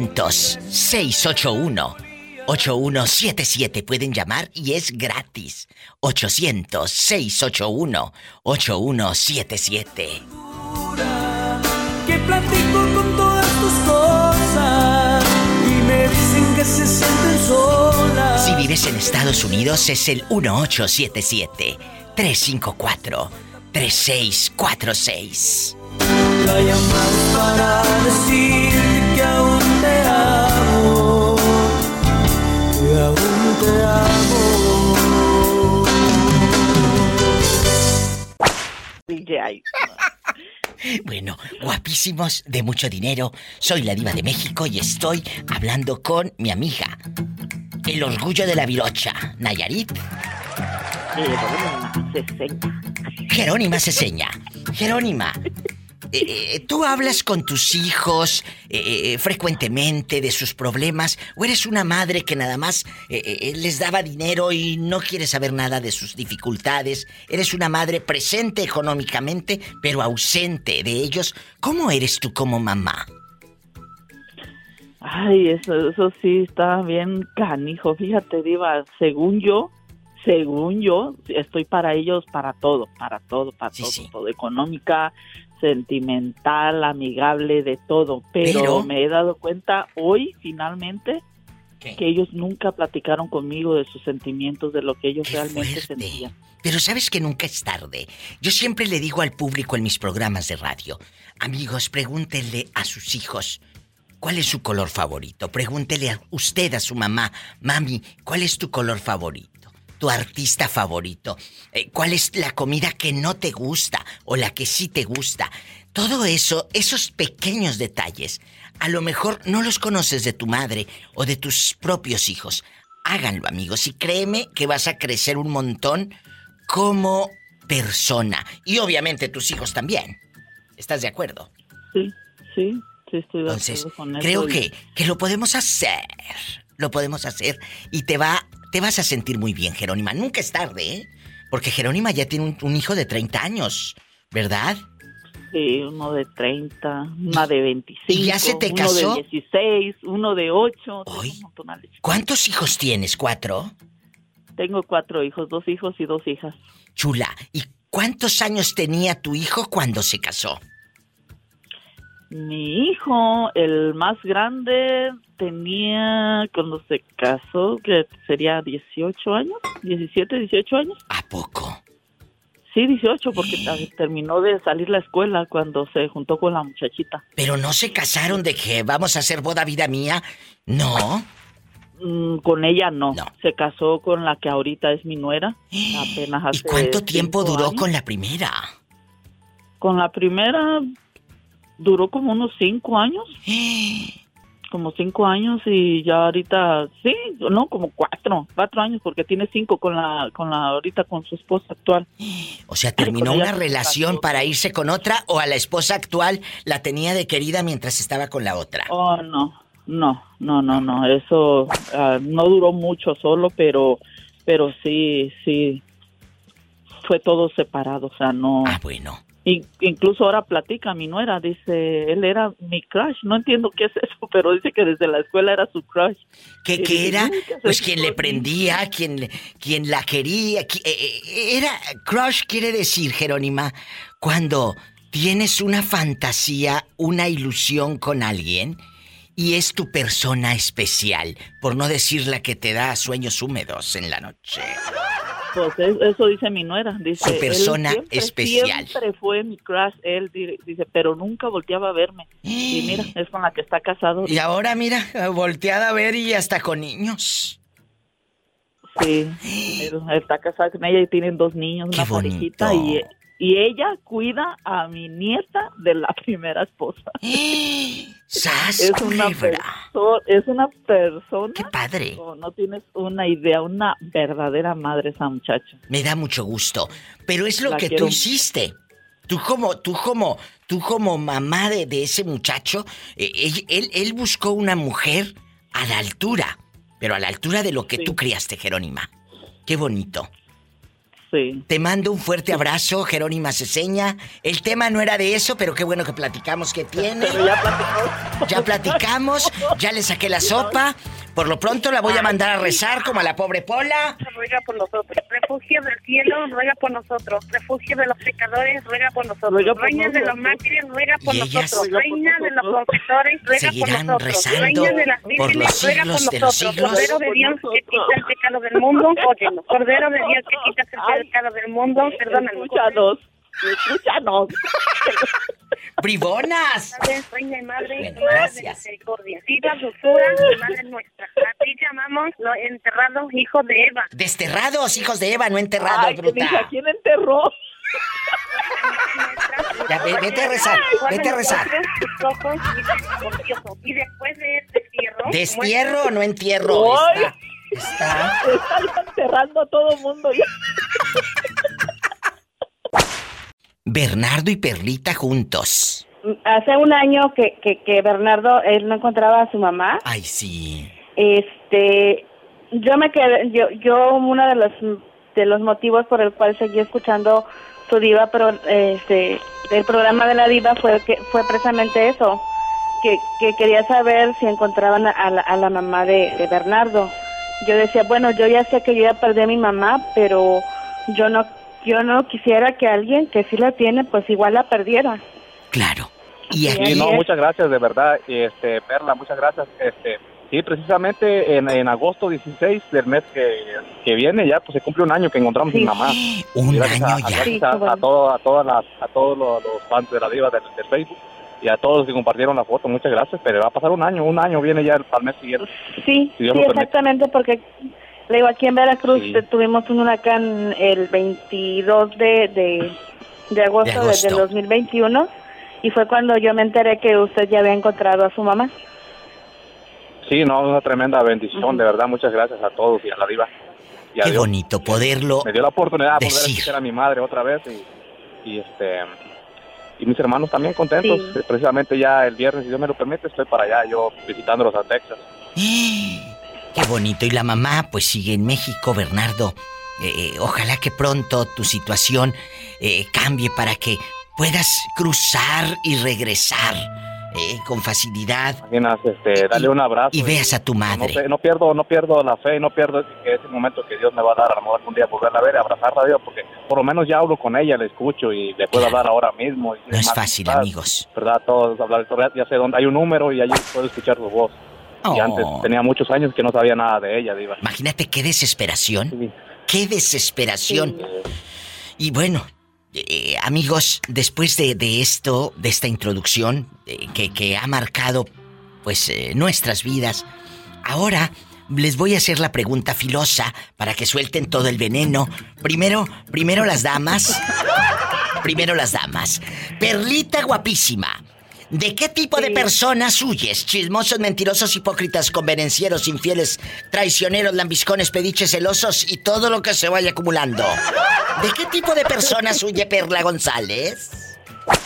800-681-8177. Pueden llamar y es gratis. 800-681-8177. Que platico con todas tus cosas y me dicen que se sienten solas. Si vives en Estados Unidos es el 1877-354-3646. La llamas para decirte que aún te amo, que aún te amo. DJ. Bueno, guapísimos, de mucho dinero. Soy la Diva de México y estoy hablando con mi amiga, el orgullo de la Virocha, Nayarit. Jerónima Ceseña. Jerónima, ¿tú hablas con tus hijos frecuentemente de sus problemas? ¿O eres una madre que nada más les daba dinero y no quiere saber nada de sus dificultades? ¿Eres una madre presente económicamente, pero ausente de ellos? ¿Cómo eres tú como mamá? Ay, eso sí está bien canijo. Fíjate, Diva, según yo, estoy para ellos, para todo, sí. Todo, económica, sentimental, amigable, de todo. Pero me he dado cuenta hoy, finalmente, que ellos nunca platicaron conmigo de sus sentimientos, de lo que ellos realmente sentían. Pero sabes que nunca es tarde. Yo siempre le digo al público en mis programas de radio, amigos, pregúntenle a sus hijos, ¿cuál es su color favorito? Pregúntele a usted, a su mamá, mami, ¿cuál es tu color favorito? ¿Tu artista favorito? ¿Cuál es la comida que no te gusta o la que sí te gusta? Todo eso, esos pequeños detalles, a lo mejor no los conoces de tu madre o de tus propios hijos. Háganlo, amigos, y créeme que vas a crecer un montón como persona. Y obviamente tus hijos también. ¿Estás de acuerdo? Sí, estoy de acuerdo con eso. Creo que lo podemos hacer. Lo podemos hacer y te vas a sentir muy bien, Jerónima. Nunca es tarde, ¿eh? Porque Jerónima ya tiene un hijo de 30 años, ¿verdad? Sí, uno de 30, una de 25. ¿Y ya se te casó? Uno de 16, uno de 8. ¿Cuántos hijos tienes? ¿4? Tengo 4 hijos, 2 hijos y 2 hijas. Chula, ¿y cuántos años tenía tu hijo cuando se casó? Mi hijo, el más grande, tenía, cuando se casó, que sería 18 años, 17, 18 años. ¿A poco? Sí, 18, porque terminó de salir la escuela cuando se juntó con la muchachita. ¿Pero no se casaron de que vamos a hacer boda vida mía? ¿No? Con ella no. Se casó con la que ahorita es mi nuera. Apenas hace ¿Y cuánto tiempo duró años. Con la primera? Con la primera duró como unos 5 años. Como 5 años y ya ahorita, sí, no, como 4 años, porque tiene 5 con la ahorita con su esposa actual. O sea, terminó una relación para irse con otra, o a la esposa actual la tenía de querida mientras estaba con la otra. Oh, no, eso no duró mucho solo, pero sí, fue todo separado, o sea, no. Ah, bueno. Incluso ahora platica mi nuera, dice, él era mi crush, no entiendo qué es eso, pero dice que desde la escuela era su crush. ¿Qué era? Pues quien le prendía, quien la quería, era crush, quiere decir, Jerónima, cuando tienes una fantasía, una ilusión con alguien y es tu persona especial, por no decir la que te da sueños húmedos en la noche. Pues eso dice mi nuera. Dice, su persona especial. Siempre fue mi crush. Él dice, pero nunca volteaba a verme. Y mira, es con la que está casado. Y ahora, mira, volteada a ver y hasta con niños. Sí, él está casado con ella y tienen 2 niños, una parejita. Y ella cuida a mi nieta de la primera esposa. Es una persona. ¡Qué padre! No tienes una idea, una verdadera madre esa muchacha. Me da mucho gusto. Pero es lo que tú hiciste. Tú como mamá de ese muchacho, él buscó una mujer a la altura. Pero a la altura de lo que tú criaste, Jerónima. ¡Qué bonito! Sí. Te mando un fuerte abrazo, Jerónima Ceseña. El tema no era de eso, pero qué bueno que platicamos que tiene. Pero ya platicamos, ya le saqué la sopa. Por lo pronto la voy a mandar a rezar como a la pobre Pola. Ruega por nosotros. Refugio del cielo, ruega por nosotros. Refugio de los pecadores, ruega por nosotros. Reina de los mártires, ruega por nosotros. Reina de los confesores, ruega por nosotros. Rezando Reina de las vírgenes, ruega por nosotros. Cordero de Dios que quita el pecado del mundo, óyenos. Cordero de Dios que quita el pecado del mundo, perdónanos. Escúchanos. ¡Bribonas! Reina y Madre, Madre de misericordia. Viva dulzura, Madre nuestra. A ti llamamos los enterrados hijos de Eva. Desterrados, hijos de Eva, no enterrados, bruta. ¿A quién enterró? Ya, vete a rezar, vete a rezar. Y después de destierro... Destierro, no entierro. Está enterrando a todo mundo ya. Bernardo y Perlita juntos. Hace un año que Bernardo, él no encontraba a su mamá. Ay, sí. Yo me quedé, yo uno de los motivos por el cual seguí escuchando su diva, pero el programa de la diva fue precisamente eso, que quería saber si encontraban a la mamá de Bernardo. Yo decía, bueno, yo ya sé que yo ya perdí a mi mamá, pero yo no quisiera que alguien que sí la tiene, pues igual la perdiera. Claro. Y aquí... no, muchas gracias, de verdad, Perla, muchas gracias. Sí, precisamente en agosto 16 del mes que viene ya, pues se cumple un año que encontramos a mi mamá. Un año ya. Gracias a todos los fans de la diva del Facebook y a todos los que compartieron la foto, muchas gracias, pero va a pasar un año viene ya para el mes siguiente. Sí, si sí, exactamente, porque... Le digo, aquí en Veracruz tuvimos un huracán el 22 de agosto del 2021 y fue cuando yo me enteré que usted ya había encontrado a su mamá. Sí, no, una tremenda bendición, de verdad, muchas gracias a todos y a la diva. Y qué bonito poderlo me dio la oportunidad de poder decir a mi madre otra vez y mis hermanos también contentos. Sí. Precisamente ya el viernes, si Dios me lo permite, estoy para allá, yo visitándolos a Texas. Qué bonito. Y la mamá pues sigue en México, Bernardo. Ojalá que pronto tu situación cambie para que puedas cruzar y regresar con facilidad. Imaginas, dale un abrazo. Y veas a tu madre. No pierdo la fe, no pierdo ese momento que Dios me va a dar, a lo mejor algún día volverla a ver, abrazarla a Dios, porque por lo menos ya hablo con ella, le escucho y le puedo hablar ahora mismo. No es fácil, amigos. ¿Verdad? Todos hablar, ya sé dónde hay un número y allí puedo escuchar su voz. Y antes tenía muchos años que no sabía nada de ella, diva. Imagínate qué desesperación. Sí. Qué desesperación. Sí. Y bueno, amigos, después de esto, de esta introducción que ha marcado pues nuestras vidas, ahora les voy a hacer la pregunta filosa para que suelten todo el veneno. Primero las damas. Primero las damas. Perlita guapísima. ¿De qué tipo de personas huyes? Chismosos, mentirosos, hipócritas, convenencieros, infieles, traicioneros, lambiscones, pediches, celosos y todo lo que se vaya acumulando. ¿De qué tipo de personas huye Perla González?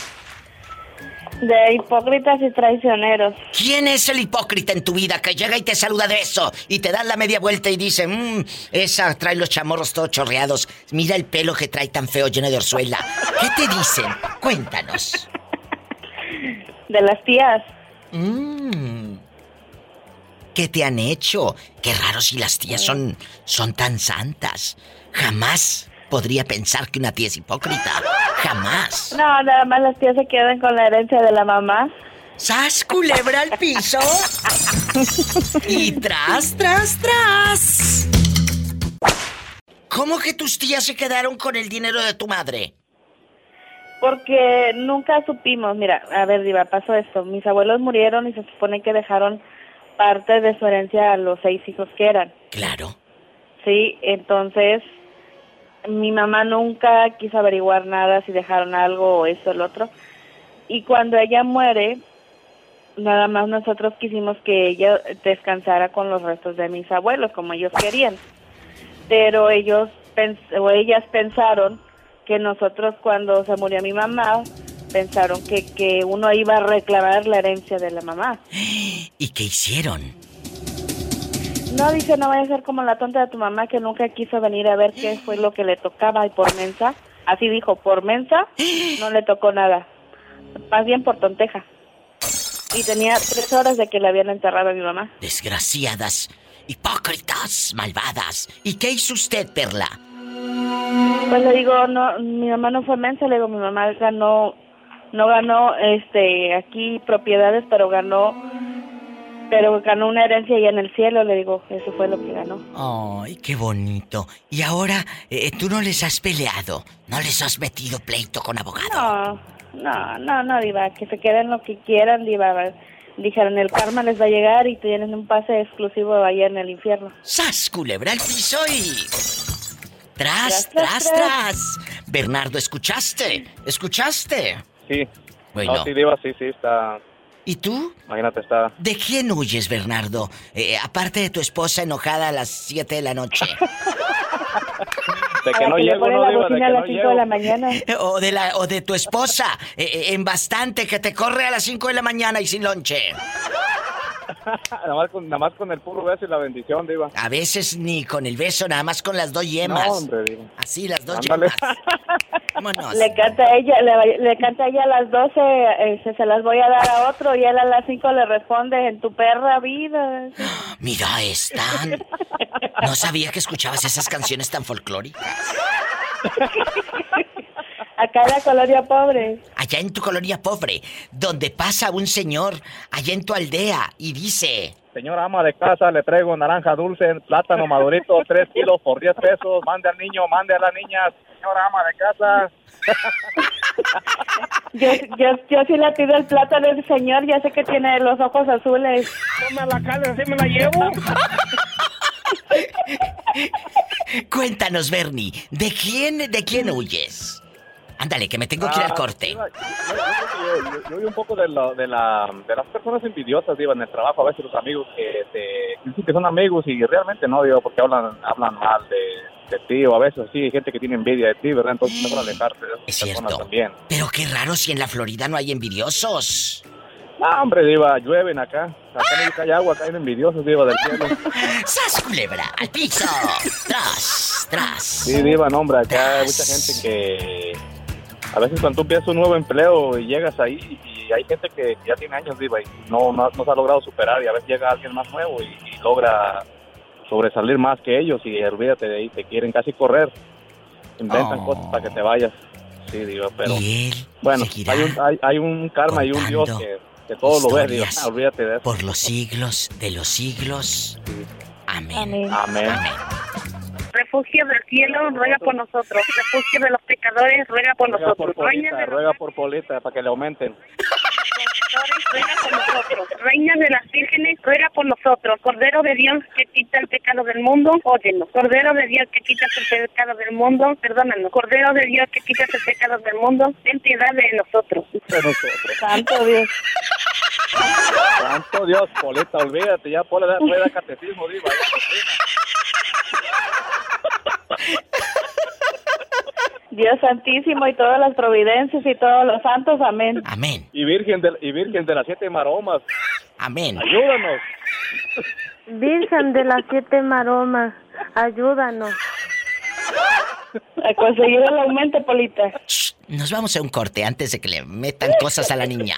De hipócritas y traicioneros. ¿Quién es el hipócrita en tu vida que llega y te saluda de eso y te da la media vuelta y dice, esa trae los chamorros todos chorreados, mira el pelo que trae tan feo lleno de orzuela? ¿Qué te dicen? Cuéntanos. De las tías. ¿Qué te han hecho? Qué raro si las tías son tan santas. Jamás podría pensar que una tía es hipócrita. Jamás. No, nada más las tías se quedan con la herencia de la mamá. ¡Sas, culebra al piso! Y tras. ¿Cómo que tus tías se quedaron con el dinero de tu madre? Porque nunca supimos. Mira, a ver, Diva, pasó esto. Mis abuelos murieron y se supone que dejaron parte de su herencia a los 6 hijos que eran. Claro. Sí, entonces mi mamá nunca quiso averiguar nada, si dejaron algo o esto o lo otro. Y cuando ella muere, nada más nosotros quisimos que ella descansara con los restos de mis abuelos, como ellos querían. Pero ellas pensaron que nosotros, cuando se murió mi mamá, pensaron que uno iba a reclamar la herencia de la mamá. ¿Y qué hicieron? No, dice, no vaya a ser como la tonta de tu mamá que nunca quiso venir a ver qué fue lo que le tocaba, y por mensa, así dijo, por mensa, no le tocó nada. Más bien por tonteja. Y tenía 3 horas de que le habían enterrado a mi mamá. Desgraciadas, hipócritas, malvadas. ¿Y qué hizo usted, Perla? Pues le digo, no, mi mamá no fue mensa, le digo, mi mamá no ganó aquí propiedades, pero ganó una herencia allá en el cielo, le digo, eso fue lo que ganó. Ay, qué bonito. Y ahora, ¿tú no les has peleado? ¿No les has metido pleito con abogado? No, Diva, que se queden lo que quieran, Diva. Dijeron, el karma les va a llegar y tienen un pase exclusivo allá en el infierno. ¡Sas, culebra al piso y... ¡Tras! Bernardo, ¿escuchaste? Sí. Bueno. No, sí, Diva, sí, está... ¿Y tú? Imagínate, está... ¿De quién huyes, Bernardo? Aparte de tu esposa enojada a las 7 de la noche. De que no llego, no, Diva, de que a las no 5 llego. de la mañana. O de tu esposa, en bastante, que te corre a las 5 de la mañana y sin lonche. nada más con el puro beso y la bendición, Diva. A veces ni con el beso, nada más con las 2 yemas. No, hombre, Diva. Así, las 2 Ándale. yemas. Vámonos. Le canta a ella a las 12, se las voy a dar a otro, y él a las 5 le responde, en tu perra vida. Mira esta. No sabía que escuchabas esas canciones tan folclóricas. Acá en la colonia pobre. Allá en tu colonia pobre, donde pasa un señor allá en tu aldea y dice... Señora ama de casa, le traigo naranja dulce, plátano madurito, 3 kilos por 10 pesos. Mande al niño, mande a la niña. Señora ama de casa. Yo sí le pido el plátano del señor, ya sé que tiene los ojos azules. No me la cales, así me la llevo. Cuéntanos, Bernie, ¿de quién huyes? Ándale, que me tengo que ir al corte. Yo vi un poco de las personas envidiosas, Diva, en el trabajo. A veces los amigos que dicen que son amigos y realmente no, Diva, porque hablan mal de ti, o a veces sí hay gente que tiene envidia de ti, ¿verdad? Entonces mejor alejarte de esas personas también. Pero qué raro si en la Florida no hay envidiosos. No, hombre, Diva, llueven acá. Acá no hay agua, acá hay envidiosos, Diva, del cielo. ¡Sas, culebra! ¡Al piso! ¡Tras! Sí, Diva, no, hombre, acá hay mucha gente que... A veces cuando tú empiezas un nuevo empleo y llegas ahí, y hay gente que ya tiene años, Diva, y no se ha logrado superar, y a veces llega alguien más nuevo y logra sobresalir más que ellos, y olvídate de ahí, te quieren casi correr. Inventan cosas para que te vayas. Sí, Diva, pero... Bueno, hay un karma y un Dios que todo lo ve, Diva. Olvídate de eso. Por los siglos de los siglos. Amén. Refugio del cielo, ruega por nosotros. Refugio de los pecadores, ruega por nosotros. Ruega por Polita, para que le aumenten. Ruega por nosotros. Reina de las vírgenes, ruega por nosotros. Cordero de Dios que quita el pecado del mundo, óyenos. Cordero de Dios que quita el pecado del mundo, perdónanos. Cordero de Dios que quita el pecado del mundo, ten piedad de nosotros. Santo Dios. Santo Dios, Polita, olvídate, ya rueda catecismo, Diva. Dios santísimo y todas las providencias y todos los santos, amén. Amén. Y Virgen de las 7 maromas. Amén. Ayúdanos. Virgen de las 7 maromas, ayúdanos. A conseguir el aumento, Polita. Nos vamos a un corte antes de que le metan cosas a la niña.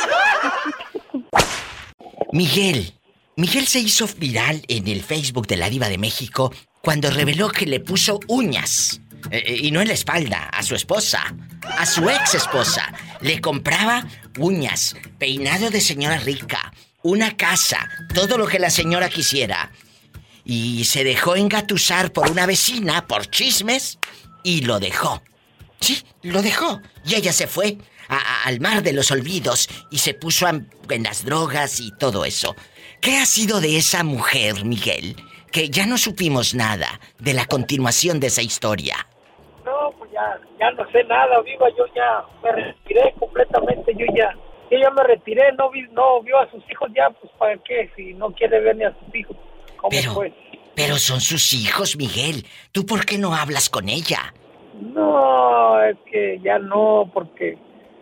Miguel se hizo viral en el Facebook de la Diva de México cuando reveló que le puso uñas. Y no en la espalda, a su esposa, a su ex esposa. Le compraba uñas, peinado de señora rica, una casa, todo lo que la señora quisiera. y se dejó engatusar por una vecina, por chismes, y lo dejó. Sí, lo dejó. Y ella se fue al mar de los olvidos y se puso en las drogas y todo eso. ¿Qué ha sido de esa mujer, Miguel? Que ya no supimos nada de la continuación de esa historia. No, pues ya no sé nada, Viva. Yo ya me retiré completamente. Yo ya me retiré. No vio a sus hijos ya, pues ¿para qué? Si no quiere ver ni a sus hijos. ¿Cómo fue? Pero son sus hijos, Miguel. ¿Tú por qué no hablas con ella? No, es que ya no, porque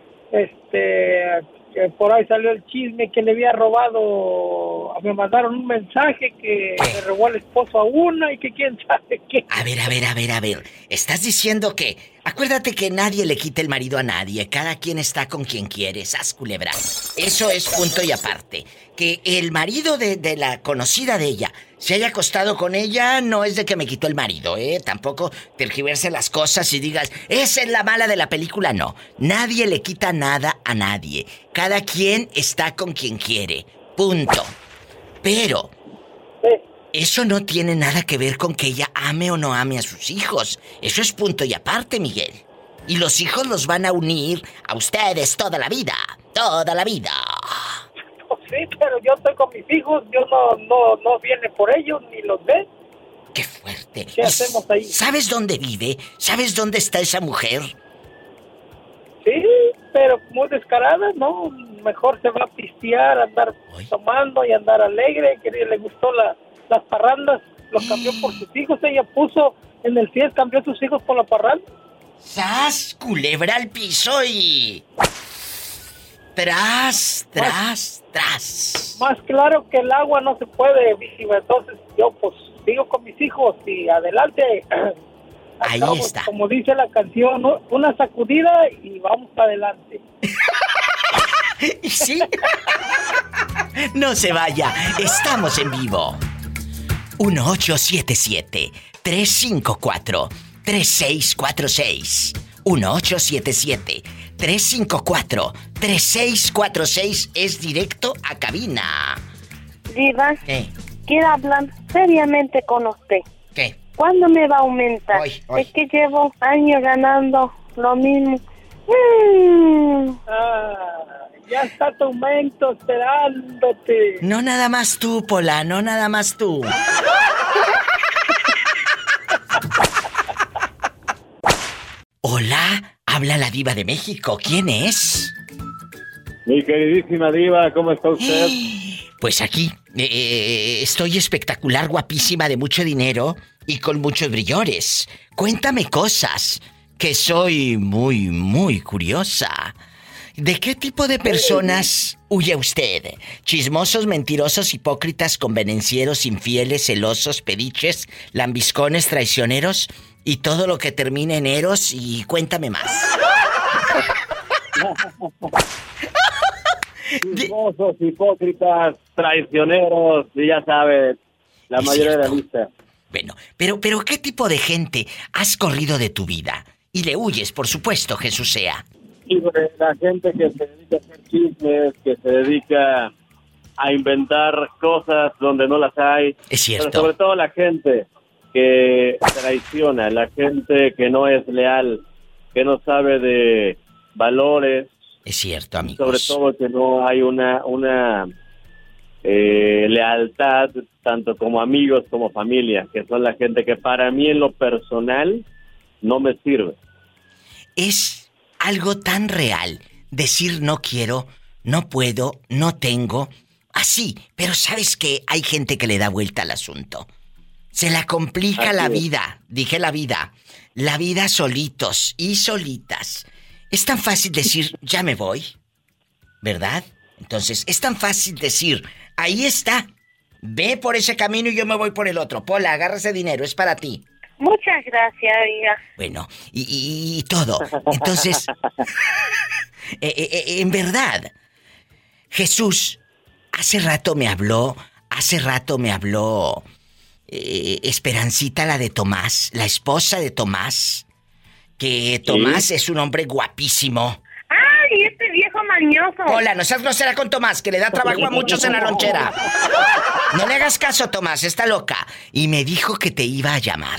que por ahí salió el chisme que le había robado. Me mandaron un mensaje que le robó al esposo a una y que quién sabe qué. A ver. Estás diciendo que... Acuérdate que nadie le quita el marido a nadie. Cada quien está con quien quiere. ¡Sas, culebra! Eso es punto y aparte. Que el marido de la conocida de ella se haya acostado con ella no es de que me quitó el marido, ¿eh? Tampoco tergiverse las cosas y digas, esa es la mala de la película. No. Nadie le quita nada a nadie. Cada quien está con quien quiere. Punto. Pero... eso no tiene nada que ver con que ella ame o no ame a sus hijos. Eso es punto y aparte, Miguel. Y los hijos los van a unir a ustedes toda la vida. Toda la vida. Sí, pero yo estoy con mis hijos. Yo no viene por ellos ni los ve. ¡Qué fuerte! ¿Qué hacemos ahí? ¿Sabes dónde vive? ¿Sabes dónde está esa mujer? Sí, pero muy descarada, ¿no? Mejor se va a pistear, andar tomando y andar alegre. Que le gustó las parrandas, los cambió por sus hijos. Ella puso en el CIES, cambió a sus hijos por la parranda. ¡Sas! Culebra al piso y... tras. Más claro que el agua no se puede, víctima. Entonces yo pues sigo con mis hijos y adelante. Ahí está. Como dice la canción, ¿no? Una sacudida y vamos para adelante. ¿Y sí? No se vaya, estamos en vivo. 1877-354-3646. 1877-354-3646 es directo a cabina. Diva, quiero hablar seriamente con usted. ¿Qué? ¿Cuándo me va a aumentar? Hoy. Es que llevo años ganando lo mismo. Ya está tu aumento esperándote. No nada más tú, Pola, no nada más tú. Hola, habla la diva de México. ¿Quién es? Mi queridísima diva, ¿cómo está usted? Pues aquí, estoy espectacular, guapísima, de mucho dinero y con muchos brillores. Cuéntame cosas, que soy muy, muy curiosa. ¿De qué tipo de personas huye usted? ¿Chismosos, mentirosos, hipócritas, convenencieros, infieles, celosos, pediches, lambiscones, traicioneros y todo lo que termine en eros? Y cuéntame más. Chismosos, hipócritas, traicioneros, y ya sabes, la mayoría de la lista. Bueno, pero ¿qué tipo de gente has corrido de tu vida? Y le huyes, por supuesto, Jesús sea. Y la gente que se dedica a hacer chismes, que se dedica a inventar cosas donde no las hay. Es cierto. Pero sobre todo la gente que traiciona, la gente que no es leal, que no sabe de valores. Es cierto, amigos. Sobre todo que no hay una lealtad, tanto como amigos como familia, que son la gente que para mí en lo personal no me sirve. Es algo tan real decir no quiero, no puedo, no tengo, así, pero ¿sabes qué? Hay gente que le da vuelta al asunto. Se la complica la vida, dije la vida solitos y solitas. Es tan fácil decir, ya me voy, ¿verdad? Entonces, es tan fácil decir, ahí está, ve por ese camino y yo me voy por el otro. Pola, agarra ese dinero, es para ti. Muchas gracias, amiga. Bueno, y todo. Entonces, en verdad, Jesús, hace rato me habló Esperancita, la de Tomás, la esposa de Tomás, que Tomás es un hombre guapísimo. ¡Ay, este viejo mañoso. Hola, no seas grosera con Tomás, que le da trabajo a muchos en la lonchera. No le hagas caso, Tomás, está loca. Y me dijo que te iba a llamar.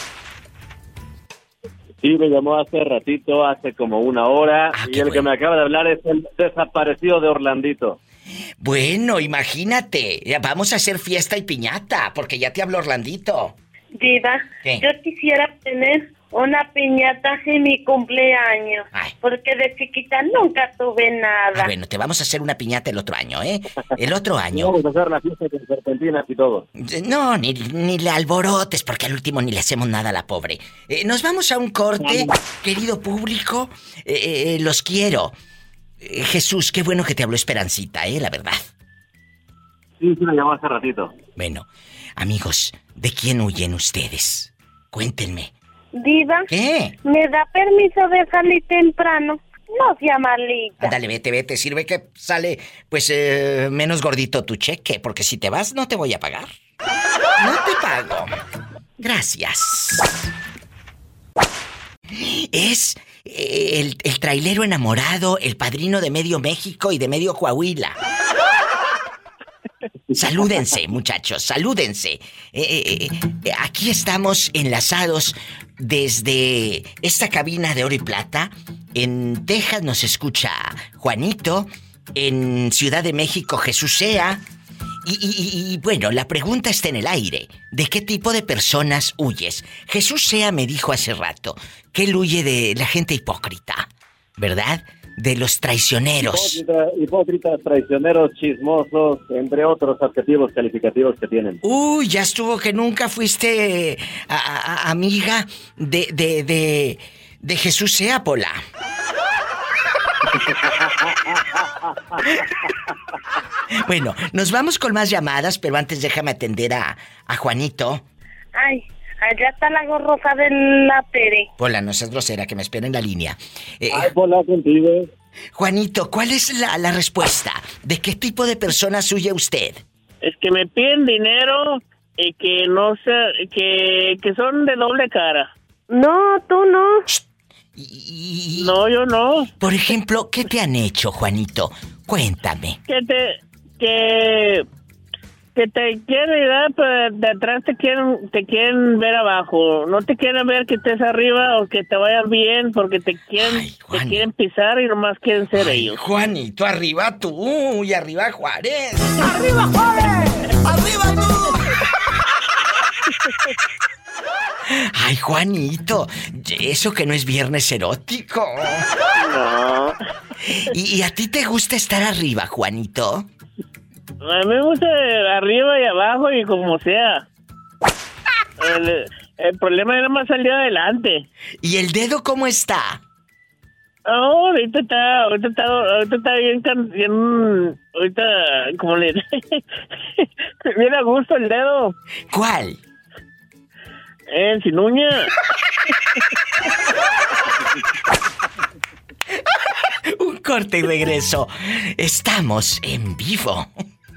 Sí, me llamó hace ratito, hace como una hora. Y el que me acaba de hablar es el desaparecido de Orlandito. Bueno, imagínate. Vamos a hacer fiesta y piñata, porque ya te habló Orlandito. Diva, ¿qué? Yo quisiera tener una piñata en mi cumpleaños. Porque de chiquita nunca tuve nada. Bueno, te vamos a hacer una piñata el otro año, ¿eh? El otro año. Vamos a hacer la fiesta con serpentinas y todo. No, ni le alborotes, porque al último ni le hacemos nada a la pobre. Nos vamos a un corte, querido público. Los quiero. Jesús, qué bueno que te habló Esperancita, la verdad. Sí, me llamó hace ratito. Bueno, amigos, ¿de quién huyen ustedes? Cuéntenme. Diva, ¿qué? ¿Me da permiso de salir temprano? No sea malita. Ándale, vete. Sirve que sale, pues, menos gordito tu cheque, porque si te vas no te voy a pagar. No te pago. Gracias. Es el trailero enamorado, el padrino de medio México y de medio Coahuila. Salúdense, muchachos, salúdense. Aquí estamos enlazados desde esta cabina de oro y plata. En Texas nos escucha Juanito, en Ciudad de México Jesús Sea. Y bueno, la pregunta está en el aire. ¿De qué tipo de personas huyes? Jesús Sea me dijo hace rato que él huye de la gente hipócrita, ¿verdad? De los traicioneros. Hipócritas, traicioneros, chismosos, entre otros adjetivos calificativos que tienen. Uy, ya estuvo que nunca fuiste amiga de Jesús Sea, Pola. Bueno, nos vamos con más llamadas, pero antes déjame atender a Juanito. Ay, allá está la gorrosa de la Tere. Pola, no seas grosera, que me espera en la línea. Ay, Pola, contigo. Juanito, ¿cuál es la respuesta? ¿De qué tipo de personas huye usted? Es que me piden dinero y que no sé, que son de doble cara. No, tú no. No, yo no. Por ejemplo, ¿qué te han hecho, Juanito? Cuéntame. Que te quieren ayudar, pero de atrás te quieren ver abajo. No te quieren ver que estés arriba o que te vaya bien, porque te quieren pisar y nomás quieren ser ellos. Juanito, arriba tú y arriba Juárez. ¡Arriba Juárez! ¡Arriba tú! Ay, Juanito, eso que no es viernes erótico. No. ¿Y a ti te gusta estar arriba, Juanito? A mí me gusta arriba y abajo y como sea. El problema era más salir adelante. ¿Y el dedo cómo está? Oh, ahorita está bien, ahorita, como le bien a gusto el dedo. ¿Cuál? Sin uña. Un corte y regreso. Estamos en vivo.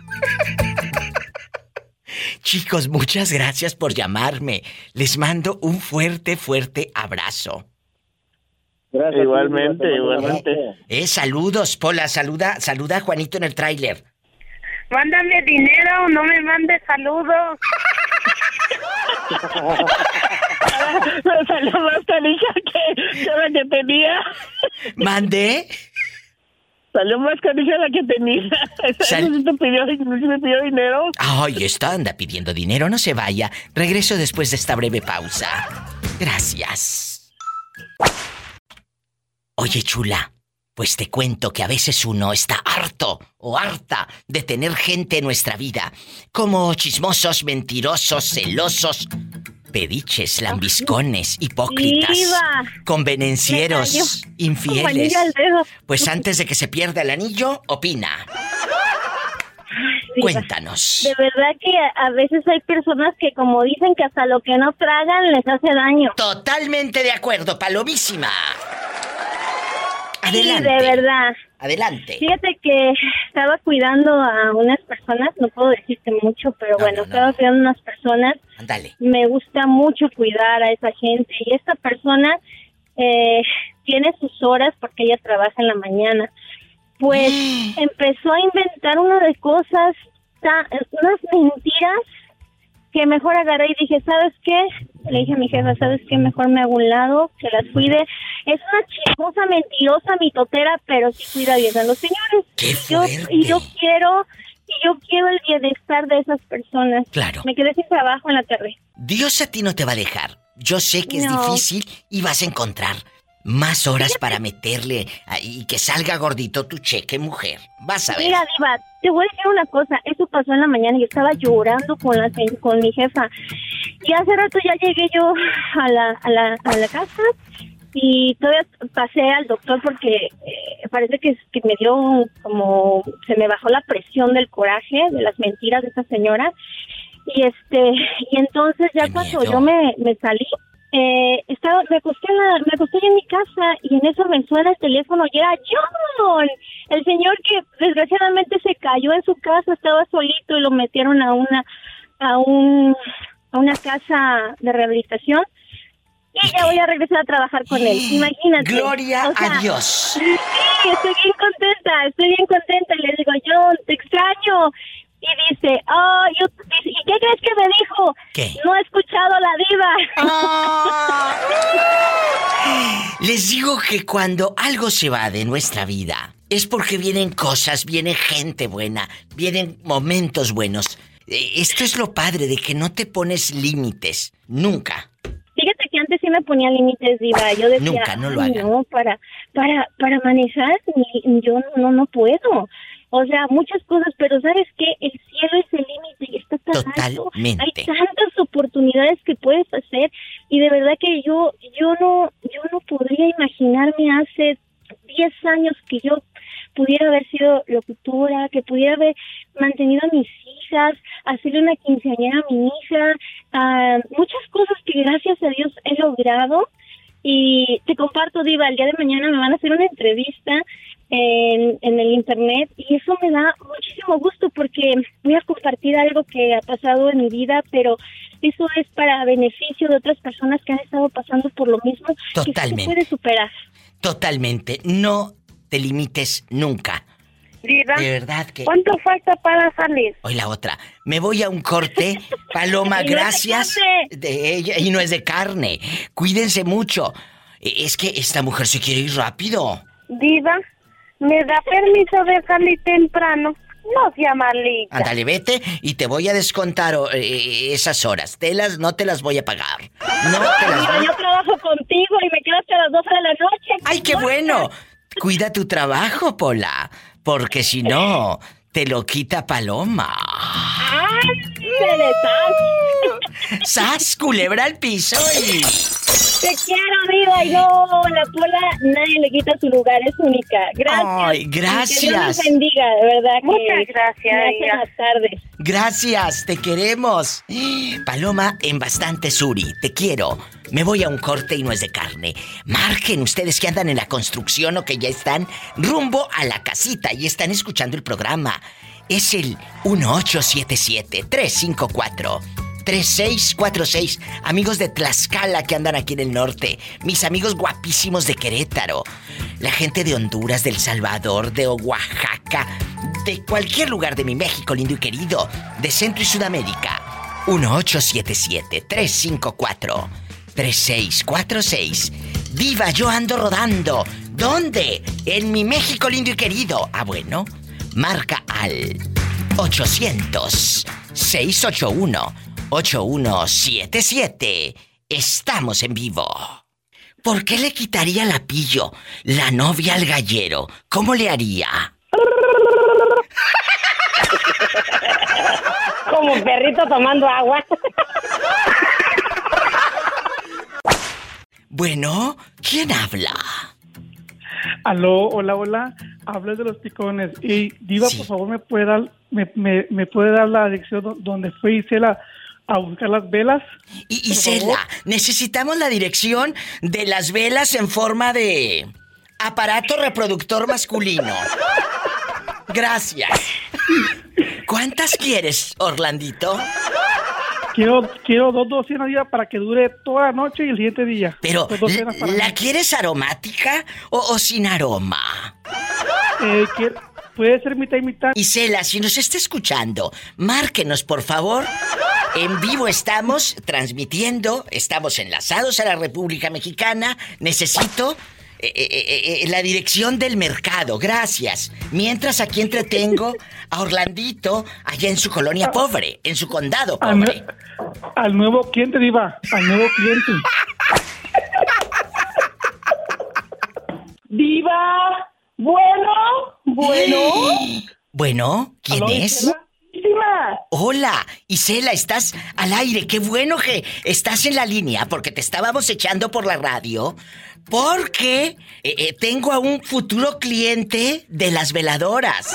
Chicos, muchas gracias por llamarme. Les mando un fuerte, fuerte abrazo. Gracias. Igualmente. Saludos, Pola. Saluda a Juanito en el tráiler. Mándame dinero, no me mandes saludos. Me salió más canija que la que tenía. ¿Mandé? Salió más canija la que tenía. ¿Sí me pidió dinero? Ay, anda pidiendo dinero, no se vaya. Regreso después de esta breve pausa. Gracias. Oye, chula, pues te cuento que a veces uno está harto o harta de tener gente en nuestra vida, como chismosos, mentirosos, celosos, pediches, lambiscones, hipócritas, Diva, convenencieros, infieles. Pues antes de que se pierda el anillo, opina. Diva, cuéntanos. De verdad que a veces hay personas que, como dicen, que hasta lo que no tragan les hace daño. Totalmente de acuerdo, palomísima. Adelante. Sí, de verdad. Adelante. Fíjate que estaba cuidando a unas personas, no puedo decirte mucho, pero estaba cuidando a unas personas. Ándale. Me gusta mucho cuidar a esa gente y esta persona tiene sus horas porque ella trabaja en la mañana pues empezó a inventar una de cosas, unas mentiras que mejor agarré y dije, ¿sabes qué? Le dije a mi jefa, ¿sabes qué? Mejor me hago un lado, que las cuide. Es una chismosa, mentirosa, mitotera, pero sí cuida bien a los señores. ¡Qué fuerte! Y yo quiero el bienestar de esas personas. Claro. Me quedé sin trabajo en la tarde. Dios a ti no te va a dejar. Yo sé que es difícil y vas a encontrar más horas para meterle y que salga gordito tu cheque, mujer. Vas a ver. Mira, Diva, te voy a decir una cosa. Eso pasó en la mañana y estaba llorando con mi jefa. Y hace rato ya llegué yo a la casa y todavía pasé al doctor porque parece que me dio como... Se me bajó la presión del coraje de las mentiras de esa señora. Y entonces ya cuando yo me salí, me acosté en mi casa y en eso me suena el teléfono y era John, el señor que desgraciadamente se cayó en su casa, estaba solito y lo metieron a una casa de rehabilitación y ya voy a regresar a trabajar con él. Imagínate. Gloria a Dios. Sí, estoy bien contenta. Y le digo, John, te extraño. Y dice, ¿y qué crees que me dijo? ¿Qué? No he escuchado a la Diva. Les digo que cuando algo se va de nuestra vida, es porque vienen cosas, viene gente buena, vienen momentos buenos. Esto es lo padre de que no te pones límites, nunca. Fíjate que antes sí me ponía límites, Diva. Yo decía, nunca, no lo haga. No, para manejar, yo no puedo. O sea, muchas cosas, pero ¿sabes qué? El cielo es el límite y está tan alto. Hay tantas oportunidades que puedes hacer y de verdad que yo no podría imaginarme hace 10 años que yo pudiera haber sido locutora, que pudiera haber mantenido a mis hijas, hacerle una quinceañera a mi hija, muchas cosas que gracias a Dios he logrado. Y te comparto, Diva, el día de mañana me van a hacer una entrevista en el internet y eso me da muchísimo gusto porque voy a compartir algo que ha pasado en mi vida, pero eso es para beneficio de otras personas que han estado pasando por lo mismo. Totalmente. Que se puede superar. Totalmente. No te limites nunca. Diva, de verdad que... ¿Cuánto falta para salir? Hoy la otra. Me voy a un corte. Paloma, gracias. De ella, y no es de carne. Cuídense mucho. Es que esta mujer se quiere ir rápido. Diva, ¿me da permiso de salir temprano? No sea malita. Ándale, vete y te voy a descontar esas horas. No te las voy a pagar. Yo trabajo contigo y me quedo hasta las 12 de la noche. ¡Ay, qué bueno! Cuida tu trabajo, Pola. Porque si no, te lo quita Paloma. ¡Ay! ¡Se le ¡Sas, culebra al piso! Te quiero, Diva. Y no, la Pola, nadie le quita su lugar, es única. Gracias. Ay, gracias. Que Dios nos bendiga, de verdad. Muchas gracias. Buenas tardes. Gracias, te queremos. Paloma en bastante Suri, te quiero. Me voy a un corte y no es de carne. Marquen ustedes que andan en la construcción o que ya están rumbo a la casita y están escuchando el programa. Es el 1877-354-3646. Amigos de Tlaxcala que andan aquí en el norte. Mis amigos guapísimos de Querétaro. La gente de Honduras, de El Salvador, de Oaxaca, de cualquier lugar de mi México lindo y querido, de Centro y Sudamérica. 1877-354-3646. Diva, yo ando rodando. ¿Dónde? En mi México lindo y querido. Ah, bueno. Marca al 800-681-8177. Estamos en vivo. ¿Por qué le quitaría la pillo la novia al gallero? ¿Cómo le haría? Como un perrito tomando agua. Bueno, ¿quién habla? Aló, hola. Hablas de Los Picones. Y Diva, sí. Por favor, ¿me puede dar la dirección donde fue Isela a buscar las velas? Y Isela, necesitamos la dirección de las velas en forma de aparato reproductor masculino. Gracias. ¿Cuántas quieres, Orlandito? Quiero 2 docenas de días para que dure toda la noche y el siguiente día. Pero, ¿la quieres aromática o sin aroma? puede ser mitad y mitad. Isela, si nos está escuchando, márquenos, por favor. En vivo estamos transmitiendo, estamos enlazados a la República Mexicana. Necesito la dirección del mercado, gracias. Mientras aquí entretengo a Orlandito allá en su colonia pobre, en su condado pobre. Al nuevo cliente, Diva, al nuevo cliente. Diva, bueno, ¿quién es? Hola, Isela, estás al aire. Qué bueno que estás en la línea porque te estábamos echando por la radio. Porque tengo a un futuro cliente de las veladoras.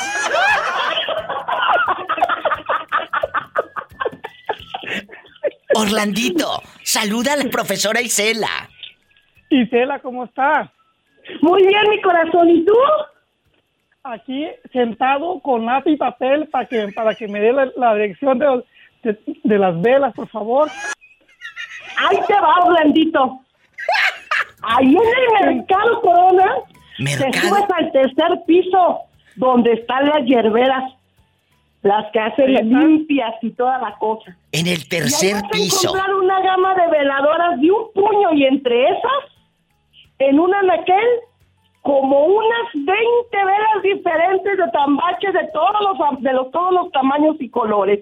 Orlandito, saluda a la profesora Isela. Isela, ¿cómo estás? Muy bien, mi corazón, ¿y tú? Aquí sentado con lápiz y papel para que me dé la dirección de las velas, por favor. Ahí te va, Orlandito. Ahí en el Mercado Corona te subes al tercer piso donde están las hierberas, las que hacen limpias y toda la cosa. En el tercer piso. Vas a encontrar una gama de veladoras de un puño y entre esas, en un anaquel, como unas 20 velas diferentes de tambaches de todos los tamaños y colores.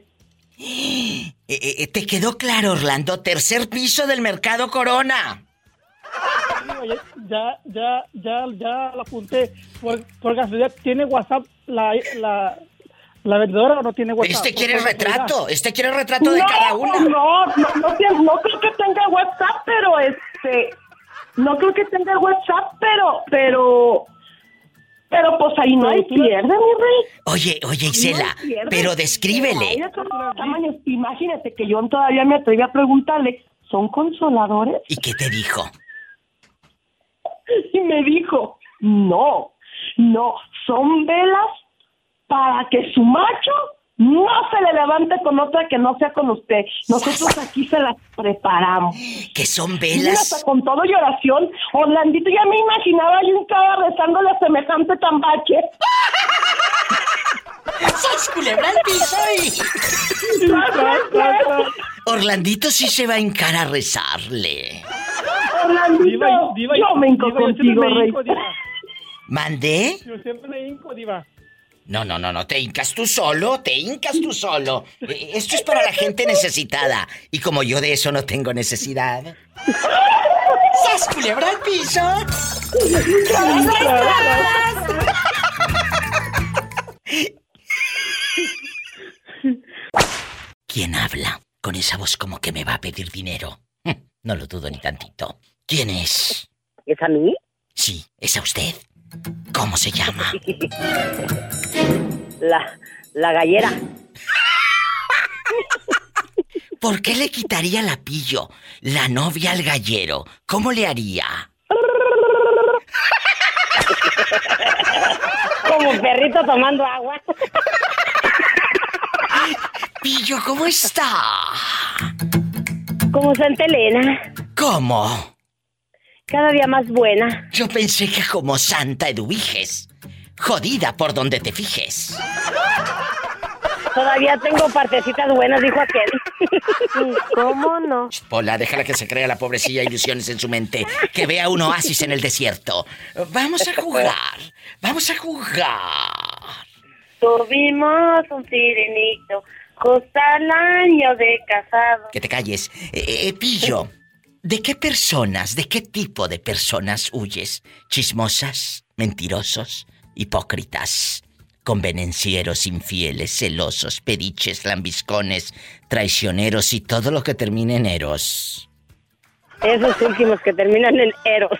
¿Te quedó claro, Orlando? Tercer piso del Mercado Corona. Ya lo apunté. Por casualidad, ¿tiene WhatsApp la vendedora o no tiene WhatsApp? Este quiere retrato de cada una. No creo que tenga WhatsApp, pero no creo que tenga WhatsApp, pero pues ahí no hay pierde, mi rey. Oye, Isela, pero descríbele. Imagínate que yo todavía me atreví a preguntarle, ¿son consoladores? ¿Y qué te dijo? Y me dijo, no, son velas para que su macho no se le levante con otra que no sea con usted. Nosotros aquí se las preparamos. ¿Que son velas? Hasta con todo y oración. Orlandito, ya me imaginaba yo estaba rezándole a semejante tambache. ¡Sos culebra al piso! Orlandito sí se va a hincar a rezarle. Orlandito, diva, yo me hinco contigo, rey. ¿Mandé? Yo siempre me hinco, Diva. No, te hincas tú solo. Esto es para la gente necesitada. Y como yo de eso no tengo necesidad. ¡Sas culebra al piso! ¿Quién habla? Con esa voz como que me va a pedir dinero. No lo dudo ni tantito. ¿Quién es? ¿Es a mí? Sí, es a usted. ¿Cómo se llama? La gallera. ¿Por qué le quitaría la pillo, la novia al gallero? ¿Cómo le haría? Como un perrito tomando agua. Pillo, ¿cómo está? Como Santa Elena. ¿Cómo? Cada día más buena. Yo pensé que como Santa Eduviges. Jodida por donde te fijes. Todavía tengo partecitas buenas, dijo aquel. ¿Cómo no? Pola, déjala que se crea la pobrecilla ilusiones en su mente. Que vea un oasis en el desierto. Vamos a jugar. Tuvimos un sirenito, justo al año de casado. Que te calles. Pillo, ¿de qué tipo de personas huyes? ¿Chismosas? ¿Mentirosos? ¿Hipócritas? ¿Convenencieros, infieles, celosos, pediches, lambiscones, traicioneros y todo lo que termine en eros? Esos últimos que terminan en eros.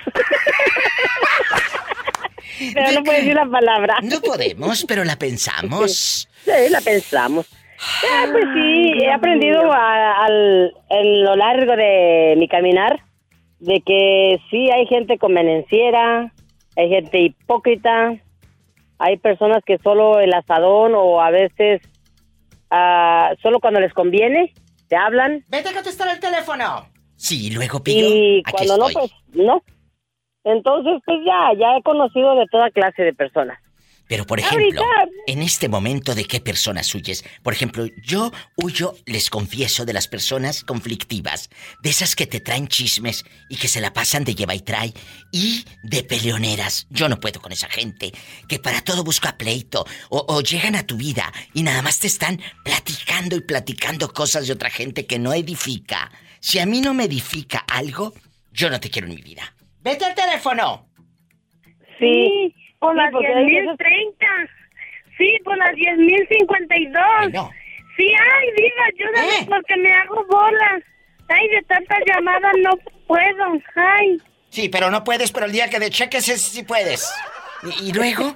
Pero no puedo decir la palabra. No podemos, pero la pensamos. Sí, la pensamos. Pues sí, he aprendido en lo largo de mi caminar de que sí hay gente convenenciera, hay gente hipócrita, hay personas que solo el asadón o a veces solo cuando les conviene te hablan. Vete a contestar el teléfono. Sí, luego pillo. Y aquí cuando estoy. no, pues no. Entonces, pues ya he conocido de toda clase de personas. Pero, por ejemplo, en este momento, ¿de qué personas huyes? Por ejemplo, yo huyo, les confieso, de las personas conflictivas, de esas que te traen chismes y que se la pasan de lleva y trae, y de peleoneras. Yo no puedo con esa gente que para todo busca pleito, o llegan a tu vida y nada más te están platicando y platicando cosas de otra gente que no edifica. Si a mí no me edifica algo, yo no te quiero en mi vida. ¡Vete al teléfono! Sí. Por las 10,030. Sí, por las 10,052. No. Sí, ay, Diva, ayúdame porque me hago bolas. Ay, de tantas llamadas no puedo. Ay. Sí, pero no puedes, pero el día que de cheques es sí puedes. ¿Y luego?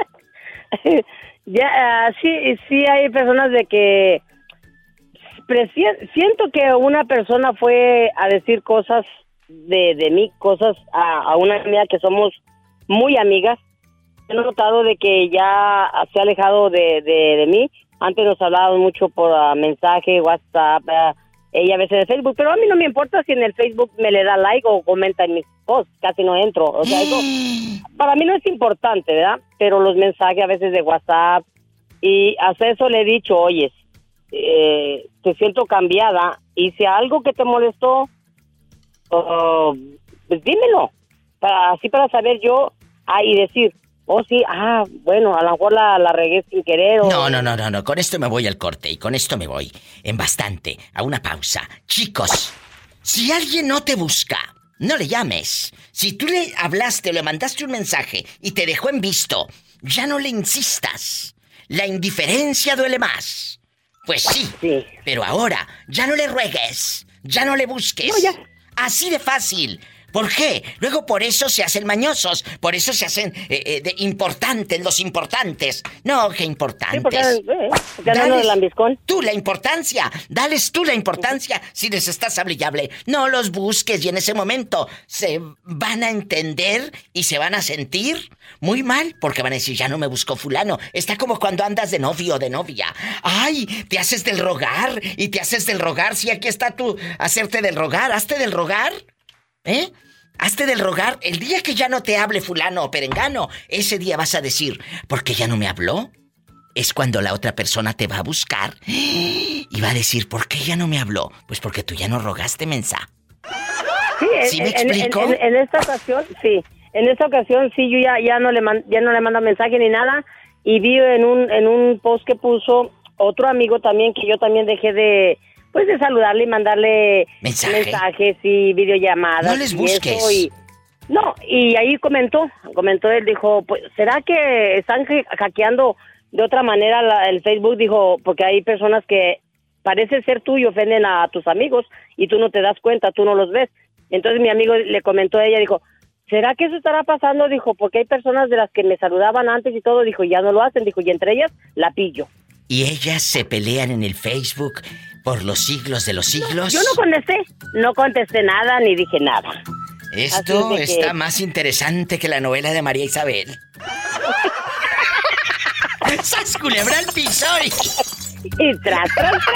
Ya, sí hay personas de que... Siento que una persona fue a decir cosas de mí, cosas a una amiga que somos muy amigas. He notado de que ya se ha alejado de mí. Antes nos hablábamos mucho por mensaje, WhatsApp, ella a veces en Facebook, pero a mí no me importa si en el Facebook me le da like o comenta en mis posts, casi no entro. O sea, eso para mí no es importante, ¿verdad? Pero los mensajes a veces de WhatsApp, y hasta eso le he dicho, oyes, te siento cambiada, y si algo que te molestó, pues dímelo, así para saber yo, y decir, oh, sí, bueno, a lo mejor la regué sin querer. No. Con esto me voy al corte y con esto me voy en bastante, a una pausa. Chicos, si alguien no te busca, no le llames. Si tú le hablaste o le mandaste un mensaje y te dejó en visto, ya no le insistas. La indiferencia duele más. Pues sí. Pero ahora, ya no le ruegues, ya no le busques. No, ya. Así de fácil. ¿Por qué? Luego por eso se hacen mañosos, por eso se hacen importantes, los importantes. No, qué importantes. Sí, porque dales lambiscón. Tú la importancia, dales tú la importancia si les estás hable y hable. No los busques y en ese momento se van a entender y se van a sentir muy mal porque van a decir, ya no me buscó fulano. Está como cuando andas de novio o de novia. Ay, te haces del rogar y te haces del rogar. Si aquí está tú, hacerte del rogar, hazte del rogar. Hazte del rogar. El día que ya no te hable fulano o perengano, ese día vas a decir, ¿por qué ya no me habló? Es cuando la otra persona te va a buscar y va a decir, ¿por qué ya no me habló? Pues porque tú ya no rogaste, mensa. ¿Sí me explico? En esta ocasión, sí. En esta ocasión, sí, yo ya no le mando mensaje ni nada. Y vi en un post que puso otro amigo también, que yo también dejé de saludarle y mandarle mensajes y videollamadas. No les busques. Y ahí comentó él, dijo, pues, ¿será que están hackeando de otra manera el Facebook? Dijo, porque hay personas que parece ser tú y ofenden a tus amigos y tú no te das cuenta, tú no los ves. Entonces mi amigo le comentó a ella, dijo, ¿será que eso estará pasando? Dijo, porque hay personas de las que me saludaban antes y todo, dijo, ya no lo hacen, dijo, y entre ellas la pillo. ¿Y ellas se pelean en el Facebook por los siglos de los siglos? Yo no contesté nada ni dije nada. Esto está más interesante que la novela de María Isabel. ¡Sas, culebra al piso! Y tras.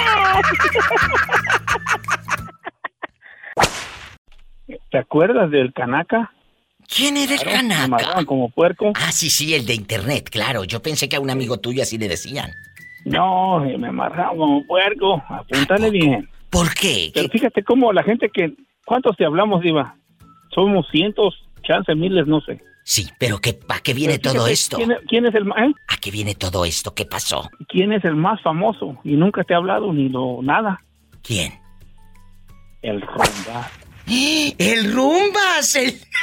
¿Te acuerdas del Canaca? ¿Quién era el Canaca? Me amarraban como puerco. Sí, el de internet, claro. Yo pensé que a un amigo tuyo así le decían. No, me amarraban como puerco. Apúntale bien. ¿Por qué? Pero fíjate cómo la gente que... ¿Cuántos te hablamos, Diva? Somos cientos, chances, miles, no sé. Sí, pero ¿a qué viene todo esto? ¿Quién es el más? ¿A qué viene todo esto? ¿Qué pasó? ¿Quién es el más famoso? Y nunca te he hablado ni nada. ¿Quién? El Rumbas. ¡El Rumbas!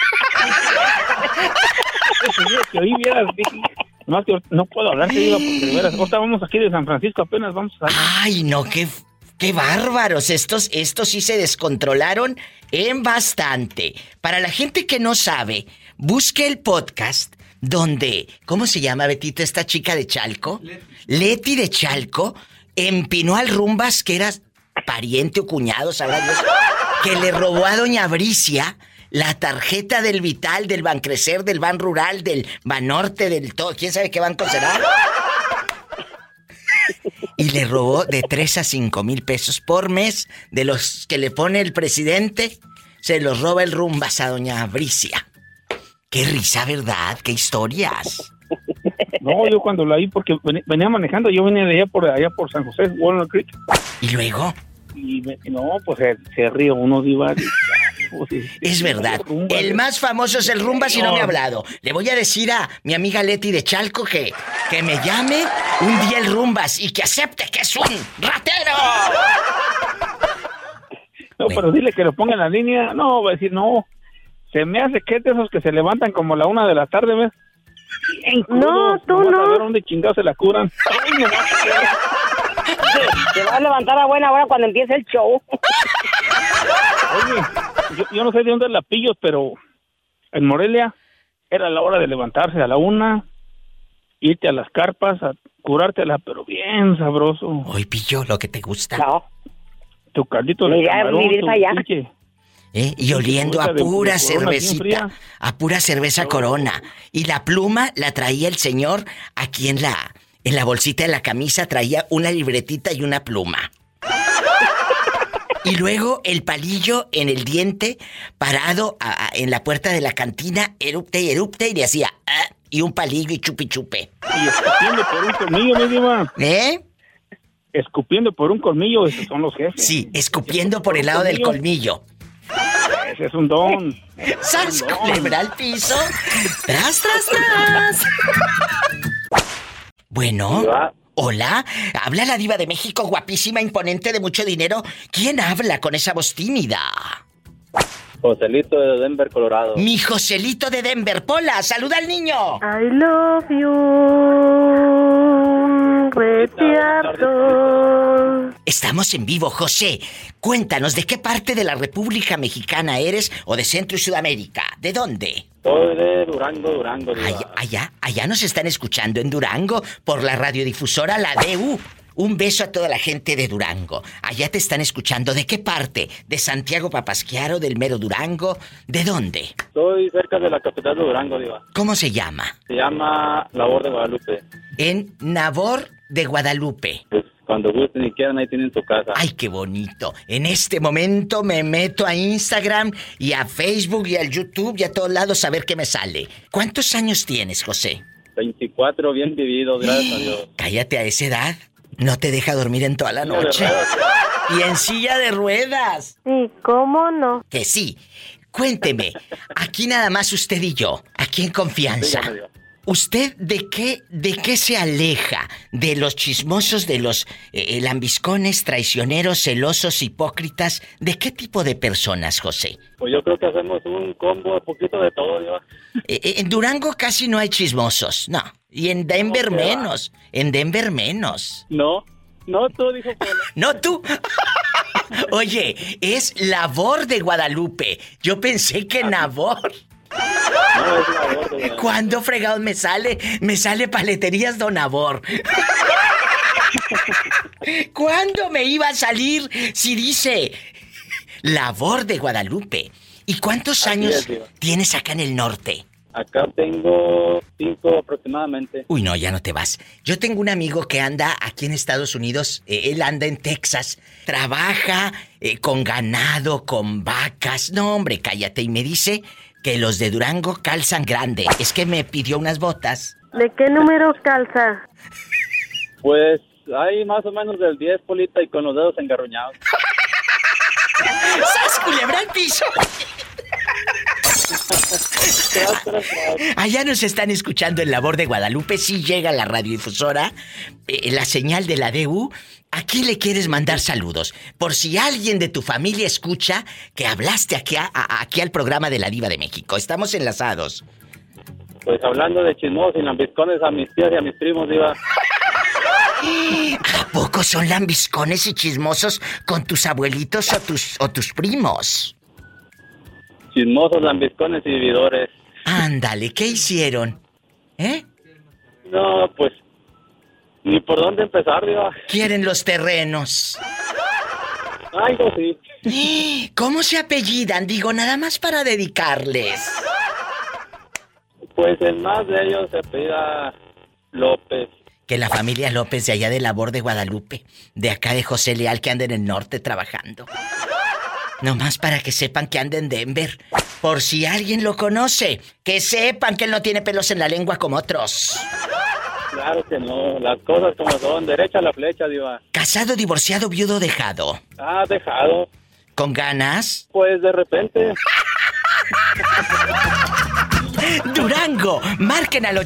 Que hoy vieras, no, no puedo hablar, Diva, porque de veras, estábamos aquí de San Francisco, apenas vamos a... ¡Ay, no, qué bárbaros! Estos sí se descontrolaron en bastante. Para la gente que no sabe, busque el podcast donde... ¿Cómo se llama, Betito, esta chica de Chalco? Leti de Chalco empinó al Rumbas, que era pariente o cuñado, sabrá Dios, que le robó a doña Bricia la tarjeta del Vital, del Bancrecer, del Ban Rural, del Banorte, del todo. ¿Quién sabe qué banco será? Y le robó de 3 a 5 mil pesos por mes de los que le pone el presidente. Se los roba el Rumbas a doña Bricia. Qué risa, ¿verdad? Qué historias. No, yo cuando la vi, porque venía manejando, yo venía de allá por San José, Walnut Creek. ¿Y luego? No, pues se ríe uno, Diva. Es verdad. El más famoso es el Rumbas y no me ha hablado. Le voy a decir a mi amiga Leti de Chalco que me llame un día el Rumbas y que acepte que es un ratero. No, pero dile que lo ponga en la línea. No, va a decir, no. Se me hace que es de esos que se levantan como a la 1 de la tarde, ¿ves? No, tú no. A ver dónde chingados se la curan. Se va a levantar a buena hora cuando empiece el show. Oye, yo no sé de dónde la pillos, pero en Morelia era la hora de levantarse a la 1, irte a las carpas a curártela, pero bien sabroso. Hoy pillo lo que te gusta. No. Tu caldito de camarón, tu pinche. Y oliendo a pura cervecita, a pura cerveza Corona. Y la pluma la traía el señor aquí en la bolsita de la camisa, traía una libretita y una pluma. Y luego el palillo en el diente, parado en la puerta de la cantina, erupte y le hacía y un palillo y chupi chupe. Y escupiendo por un colmillo, mi diva. Escupiendo por un colmillo, esos son los jefes. Sí, escupiendo por el lado del colmillo. Ese es un don. ¡Sas, culebra al piso! ¡Tras, tras, tras! Bueno, hola. Habla la diva de México, guapísima, imponente, de mucho dinero. ¿Quién habla con esa voz tímida? Joselito de Denver, Colorado. Mi Joselito de Denver. Pola, saluda al niño. I love you, Retiardo. Estamos en vivo, José. Cuéntanos, ¿de qué parte de la República Mexicana eres o de Centro y Sudamérica? ¿De dónde? Soy de Durango. Allá nos están escuchando en Durango por la radiodifusora La DU. Un beso a toda la gente de Durango. Allá te están escuchando. ¿De qué parte? ¿De Santiago Papasquiaro, del mero Durango? ¿De dónde? Estoy cerca de la capital de Durango, diva. ¿Cómo se llama? Se llama Nabor de Guadalupe. En Nabor de Guadalupe. Pues cuando gusten y quieran, ahí tienen su casa. ¡Ay, qué bonito! En este momento me meto a Instagram y a Facebook y al YouTube y a todos lados a ver qué me sale. ¿Cuántos años tienes, José? 24, bien vivido, gracias a Dios. Cállate, a esa edad. No te deja dormir en toda la noche. Y en silla de ruedas. Sí, ¿cómo no? Que sí. Cuénteme, aquí nada más usted y yo, aquí en confianza. ¿Usted de qué se aleja? ¿De los chismosos, de los lambiscones, traicioneros, celosos, hipócritas? ¿De qué tipo de personas, José? Pues yo creo que hacemos un combo, un poquito de todo, ¿no? En Durango casi no hay chismosos, no. Y en Denver menos. En Denver menos. No, tú, dijo Pola. No, tú. Oye, es Labor de Guadalupe. Yo pensé que Nabor. No, es Nabor de Guadalupe. ¿Cuándo fregados me sale? Me sale Paleterías Don Nabor. ¿Cuándo me iba a salir si dice Labor de Guadalupe? ¿Y cuántos años tienes acá en el norte? Acá tengo 5 aproximadamente. Uy, no, ya no te vas. Yo tengo un amigo que anda aquí en Estados Unidos. Él anda en Texas. Trabaja con ganado, con vacas. No, hombre, cállate. Y me dice que los de Durango calzan grande. Es que me pidió unas botas. ¿De qué número calza? Pues hay más o menos del 10, Polita, y con los dedos engarruñados. ¡Sas, culebra al piso! Allá nos están escuchando en Labor de Guadalupe. Sí llega la radiodifusora, la señal de la DU. Aquí le quieres mandar saludos. Por si alguien de tu familia escucha que hablaste aquí al programa de la Diva de México. Estamos enlazados. Pues hablando de chismosos y lambiscones, a mis tías y a mis primos, Diva. ¿A poco son lambiscones y chismosos con tus abuelitos o tus primos? Chismosos, lambiscones y vividores. Ándale, ¿qué hicieron? No, pues ni por dónde empezar, Diva. Quieren los terrenos. Ay, no, sí. ¿Cómo se apellidan? Digo, nada más para dedicarles. Pues el más de ellos se apellida López. Que la familia López de allá de Labor de Guadalupe, de acá de José Leal, que anda en el norte trabajando. Nomás para que sepan que anda en Denver. Por si alguien lo conoce, que sepan que él no tiene pelos en la lengua como otros. Claro que no, las cosas como son, derecha a la flecha, diva. ¿Casado, divorciado, viudo, dejado? Ah, dejado. ¿Con ganas? Pues de repente. Durango, marquen al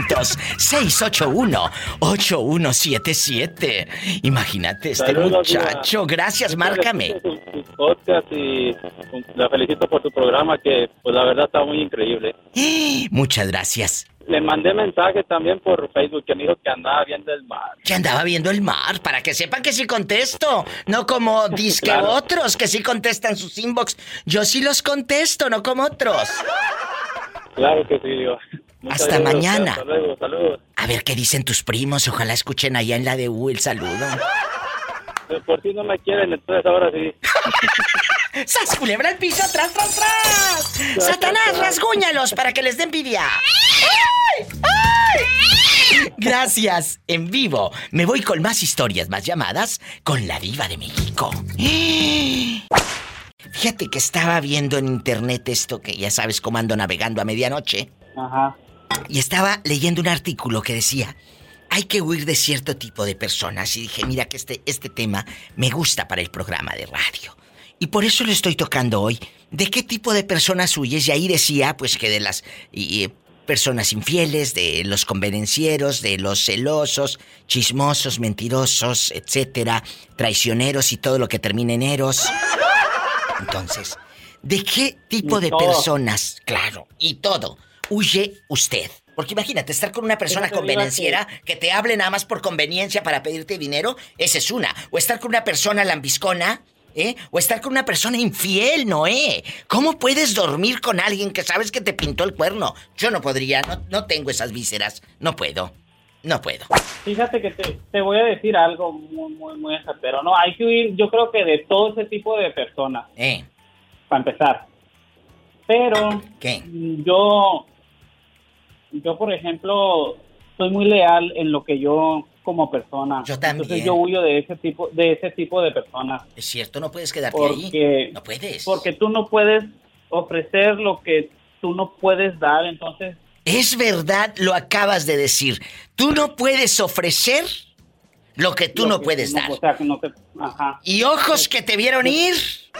800-681-8177. Imagínate, este Saludos, muchacho. diva. Gracias, márcame. Su podcast y la felicito por su programa que, pues la verdad está muy increíble. Muchas gracias. Le mandé mensaje también por Facebook que me dijo que andaba viendo el mar. Que andaba viendo el mar, para que sepan que sí contesto. No como disque Claro. otros que sí contestan sus inbox. Yo sí los contesto, no como otros. Claro que sí, diva. Muchas Hasta gracias. mañana. Hasta luego, saludos. A ver qué dicen tus primos. Ojalá escuchen allá en la DU el saludo. Por si no me quieren, entonces ahora sí. ¡Sas, culebra al piso! ¡Tras, tras, tras! ¡Satanás, rasguñalos para que les dé envidia! ¡Ay! ¡Ay! Gracias, en vivo. Me voy con más historias, más llamadas, con la Diva de México. Fíjate que estaba viendo en internet esto, que ya sabes cómo ando navegando a medianoche. Ajá. Y estaba leyendo un artículo que decía, hay que huir de cierto tipo de personas. Y dije, mira que este tema me gusta para el programa de radio. Y por eso lo estoy tocando hoy. ¿De qué tipo de personas huyes? Y ahí decía, pues, que de las personas infieles, de los convenencieros, de los celosos, chismosos, mentirosos, etcétera, traicioneros y todo lo que termine en eros. Entonces, ¿de qué tipo de personas, claro, y todo, huye usted? Porque imagínate, estar con una persona convenenciera que te hable nada más por conveniencia para pedirte dinero, esa es una. O estar con una persona lambiscona, o estar con una persona infiel, Noé. ¿Cómo puedes dormir con alguien que sabes que te pintó el cuerno? Yo no podría, no tengo esas vísceras, no puedo. Fíjate que te voy a decir algo muy certero, ¿no? Hay que huir, yo creo que de todo ese tipo de personas. Para empezar. Pero ¿qué? Yo, por ejemplo, soy muy leal en lo que yo como persona. Yo también. Entonces yo huyo de ese tipo de personas. Es cierto, no puedes quedarte ahí. No puedes. Porque tú no puedes ofrecer lo que tú no puedes dar, entonces. Es verdad, lo acabas de decir. Tú no puedes ofrecer lo que tú no puedes dar. O sea, que no te, ajá. Y ojos que te vieron ir.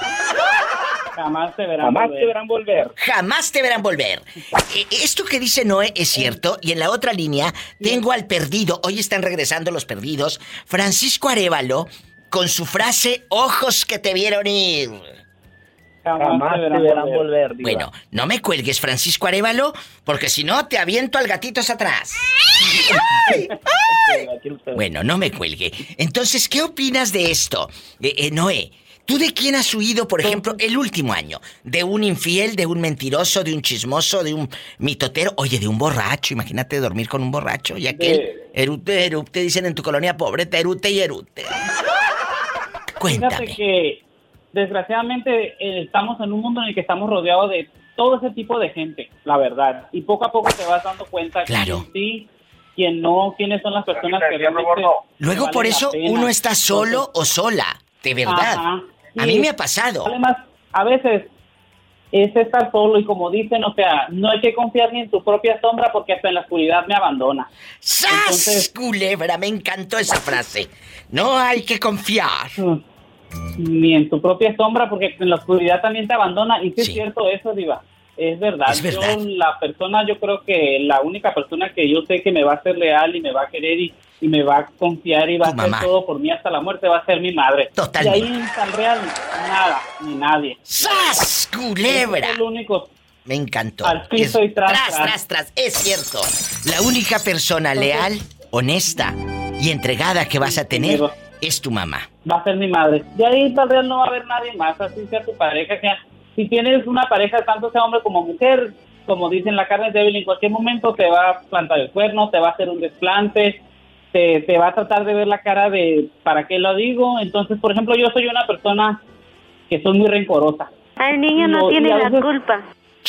Jamás te verán volver. Jamás te verán volver. Esto que dice Noé es cierto. Y en la otra línea tengo al perdido. Hoy están regresando los perdidos. Francisco Arévalo con su frase, ojos que te vieron ir. Jamás te verán volver. Diva. Bueno, no me cuelgues, Francisco Arévalo, porque si no te aviento al gatito hacia atrás. ¡Ay! ¡Ay! Bueno, no me cuelgue. Entonces, ¿qué opinas de esto? Noé, ¿tú de quién has huido, por ejemplo, el último año? ¿De un infiel, de un mentiroso, de un chismoso, de un mitotero? Oye, de un borracho. Imagínate dormir con un borracho. Y aquel erupte, dicen en tu colonia pobre, terute y erute. Cuéntame. Fíjate que desgraciadamente estamos en un mundo en el que estamos rodeados de todo ese tipo de gente, la verdad. Y poco a poco te vas dando cuenta claro. quién sí, quién no, quiénes son las personas que realmente luego por eso uno está solo o sola, de verdad. Ajá, sí. A mí me ha pasado. Además, a veces es estar solo y como dicen, o sea, no hay que confiar ni en tu propia sombra porque hasta en la oscuridad me abandona. ¡Sas! Entonces, culebra, me encantó esa frase. No hay que confiar. Ni en tu propia sombra porque en la oscuridad también te abandona. Y sí es cierto eso, Diva. Es verdad. Es verdad. Yo creo que la única persona que yo sé que me va a ser leal y me va a querer y me va a confiar y va a hacer todo por mí hasta la muerte va a ser mi madre. Totalmente. Y ahí en San Real, nada, ni nadie. ¡Sas, culebra! Es lo único. Me encantó. Al piso y tras. Es cierto. La única persona leal, honesta y entregada que vas a tener es tu mamá. Va a ser mi madre. De ahí tal vez no va a haber nadie más, así sea tu pareja. Si tienes una pareja, tanto sea hombre como mujer, como dicen, la carne es débil, en cualquier momento te va a plantar el cuerno, te va a hacer un desplante, te va a tratar de ver la cara de ¿para qué lo digo? Entonces, por ejemplo, yo soy una persona que soy muy rencorosa. El niño no tiene la culpa.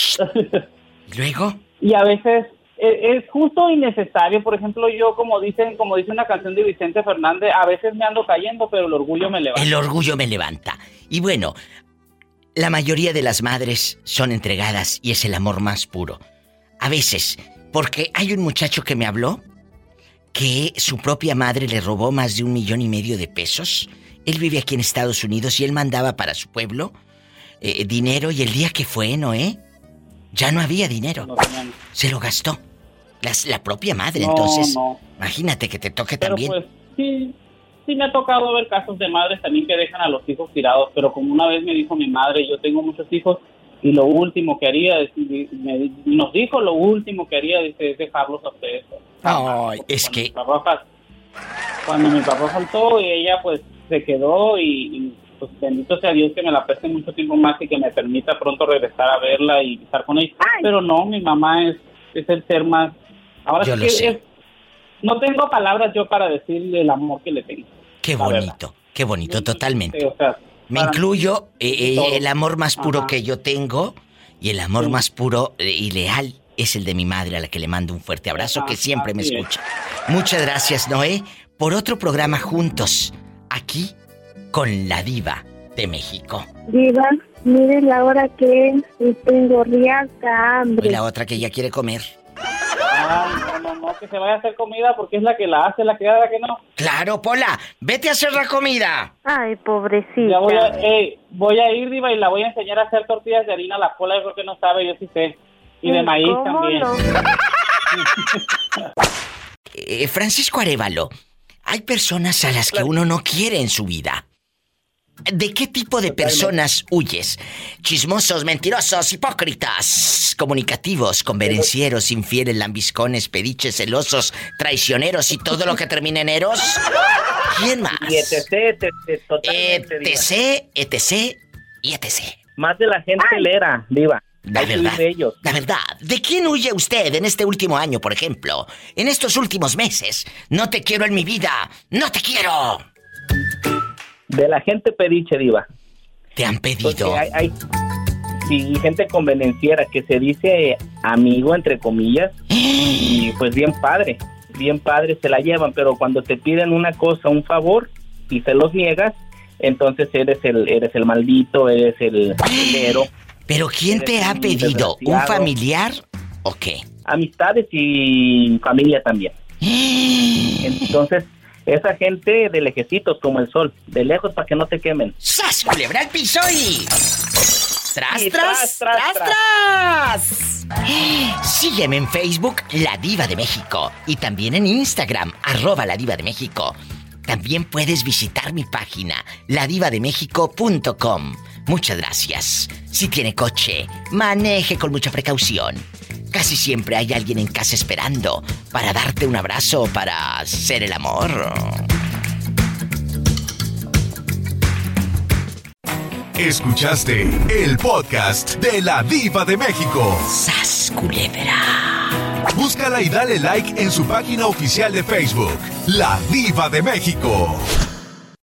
¿Luego? Y a veces es justo y necesario. Por ejemplo, yo, como dice una canción de Vicente Fernández, a veces me ando cayendo, pero el orgullo me levanta. El orgullo me levanta. Y bueno, la mayoría de las madres son entregadas y es el amor más puro. A veces, porque hay un muchacho que me habló que su propia madre le robó más de 1.5 millones de pesos. Él vive aquí en Estados Unidos y él mandaba para su pueblo dinero, y el día que fue, Noé, ya no había dinero. Se lo gastó la propia madre. Entonces, imagínate que te toque también. Pues sí me ha tocado ver casos de madres también que dejan a los hijos tirados, pero como una vez me dijo mi madre, yo tengo muchos hijos y lo último que haría nos dijo lo último que haría es dejarlos a ustedes. Ay, es que cuando mi papá faltó y ella pues se quedó y pues bendito sea Dios que me la preste mucho tiempo más y que me permita pronto regresar a verla y estar con ella. Pero no, mi mamá es el ser más. Ahora yo sí que no tengo palabras yo para decirle el amor que le tengo. Qué bonito, totalmente. Sí, o sea, me incluyo, el amor más puro que yo tengo, y el amor más puro y leal es el de mi madre, a la que le mando un fuerte abrazo, que siempre me escucha. Muchas gracias, Noé, por otro programa juntos, aquí con la Diva de México. Diva, mire la hora que es y tengo riata hambre. Y la otra que ya quiere comer. No, que se vaya a hacer comida porque es la que la hace, la que haga que no. Claro, Pola, vete a hacer la comida. Ay, pobrecita. Ya voy a ir, Diva, y la voy a enseñar a hacer tortillas de harina. La Pola yo creo que no sabe, yo sí sé. Y de maíz también. No? Francisco Arévalo, hay personas a las que uno no quiere en su vida. ¿De qué tipo de personas huyes? Chismosos, mentirosos, hipócritas, comunicativos, convenencieros, infieles, lambiscones, pediches, celosos, traicioneros y todo lo que termine en eros. ¿Quién más? Y etc, totalmente, etc. Más de la gente lera, Diva. La verdad, ¿de quién huye usted en este último año, por ejemplo? En estos últimos meses. No te quiero en mi vida, no te quiero. De la gente pediche, Diva. ¿Te han pedido? Hay gente convenenciera que se dice amigo, entre comillas, y pues bien padre se la llevan, pero cuando te piden una cosa, un favor, y se los niegas, entonces eres el maldito, eres el dinero. ¿Pero quién te ha pedido? ¿Un familiar o qué? Amistades y familia también. Entonces, esa gente de lejecitos como el sol, de lejos para que no te quemen. ¡Sas, culebra al piso y... ¡Tras! Sígueme en Facebook, La Diva de México, y también en Instagram, @La Diva de México. También puedes visitar mi página, ladivademexico.com. Muchas gracias. Si tiene coche, maneje con mucha precaución. Casi siempre hay alguien en casa esperando para darte un abrazo o para hacer el amor. Escuchaste el podcast de La Diva de México. ¡Sas, culebra! Búscala y dale like en su página oficial de Facebook, La Diva de México.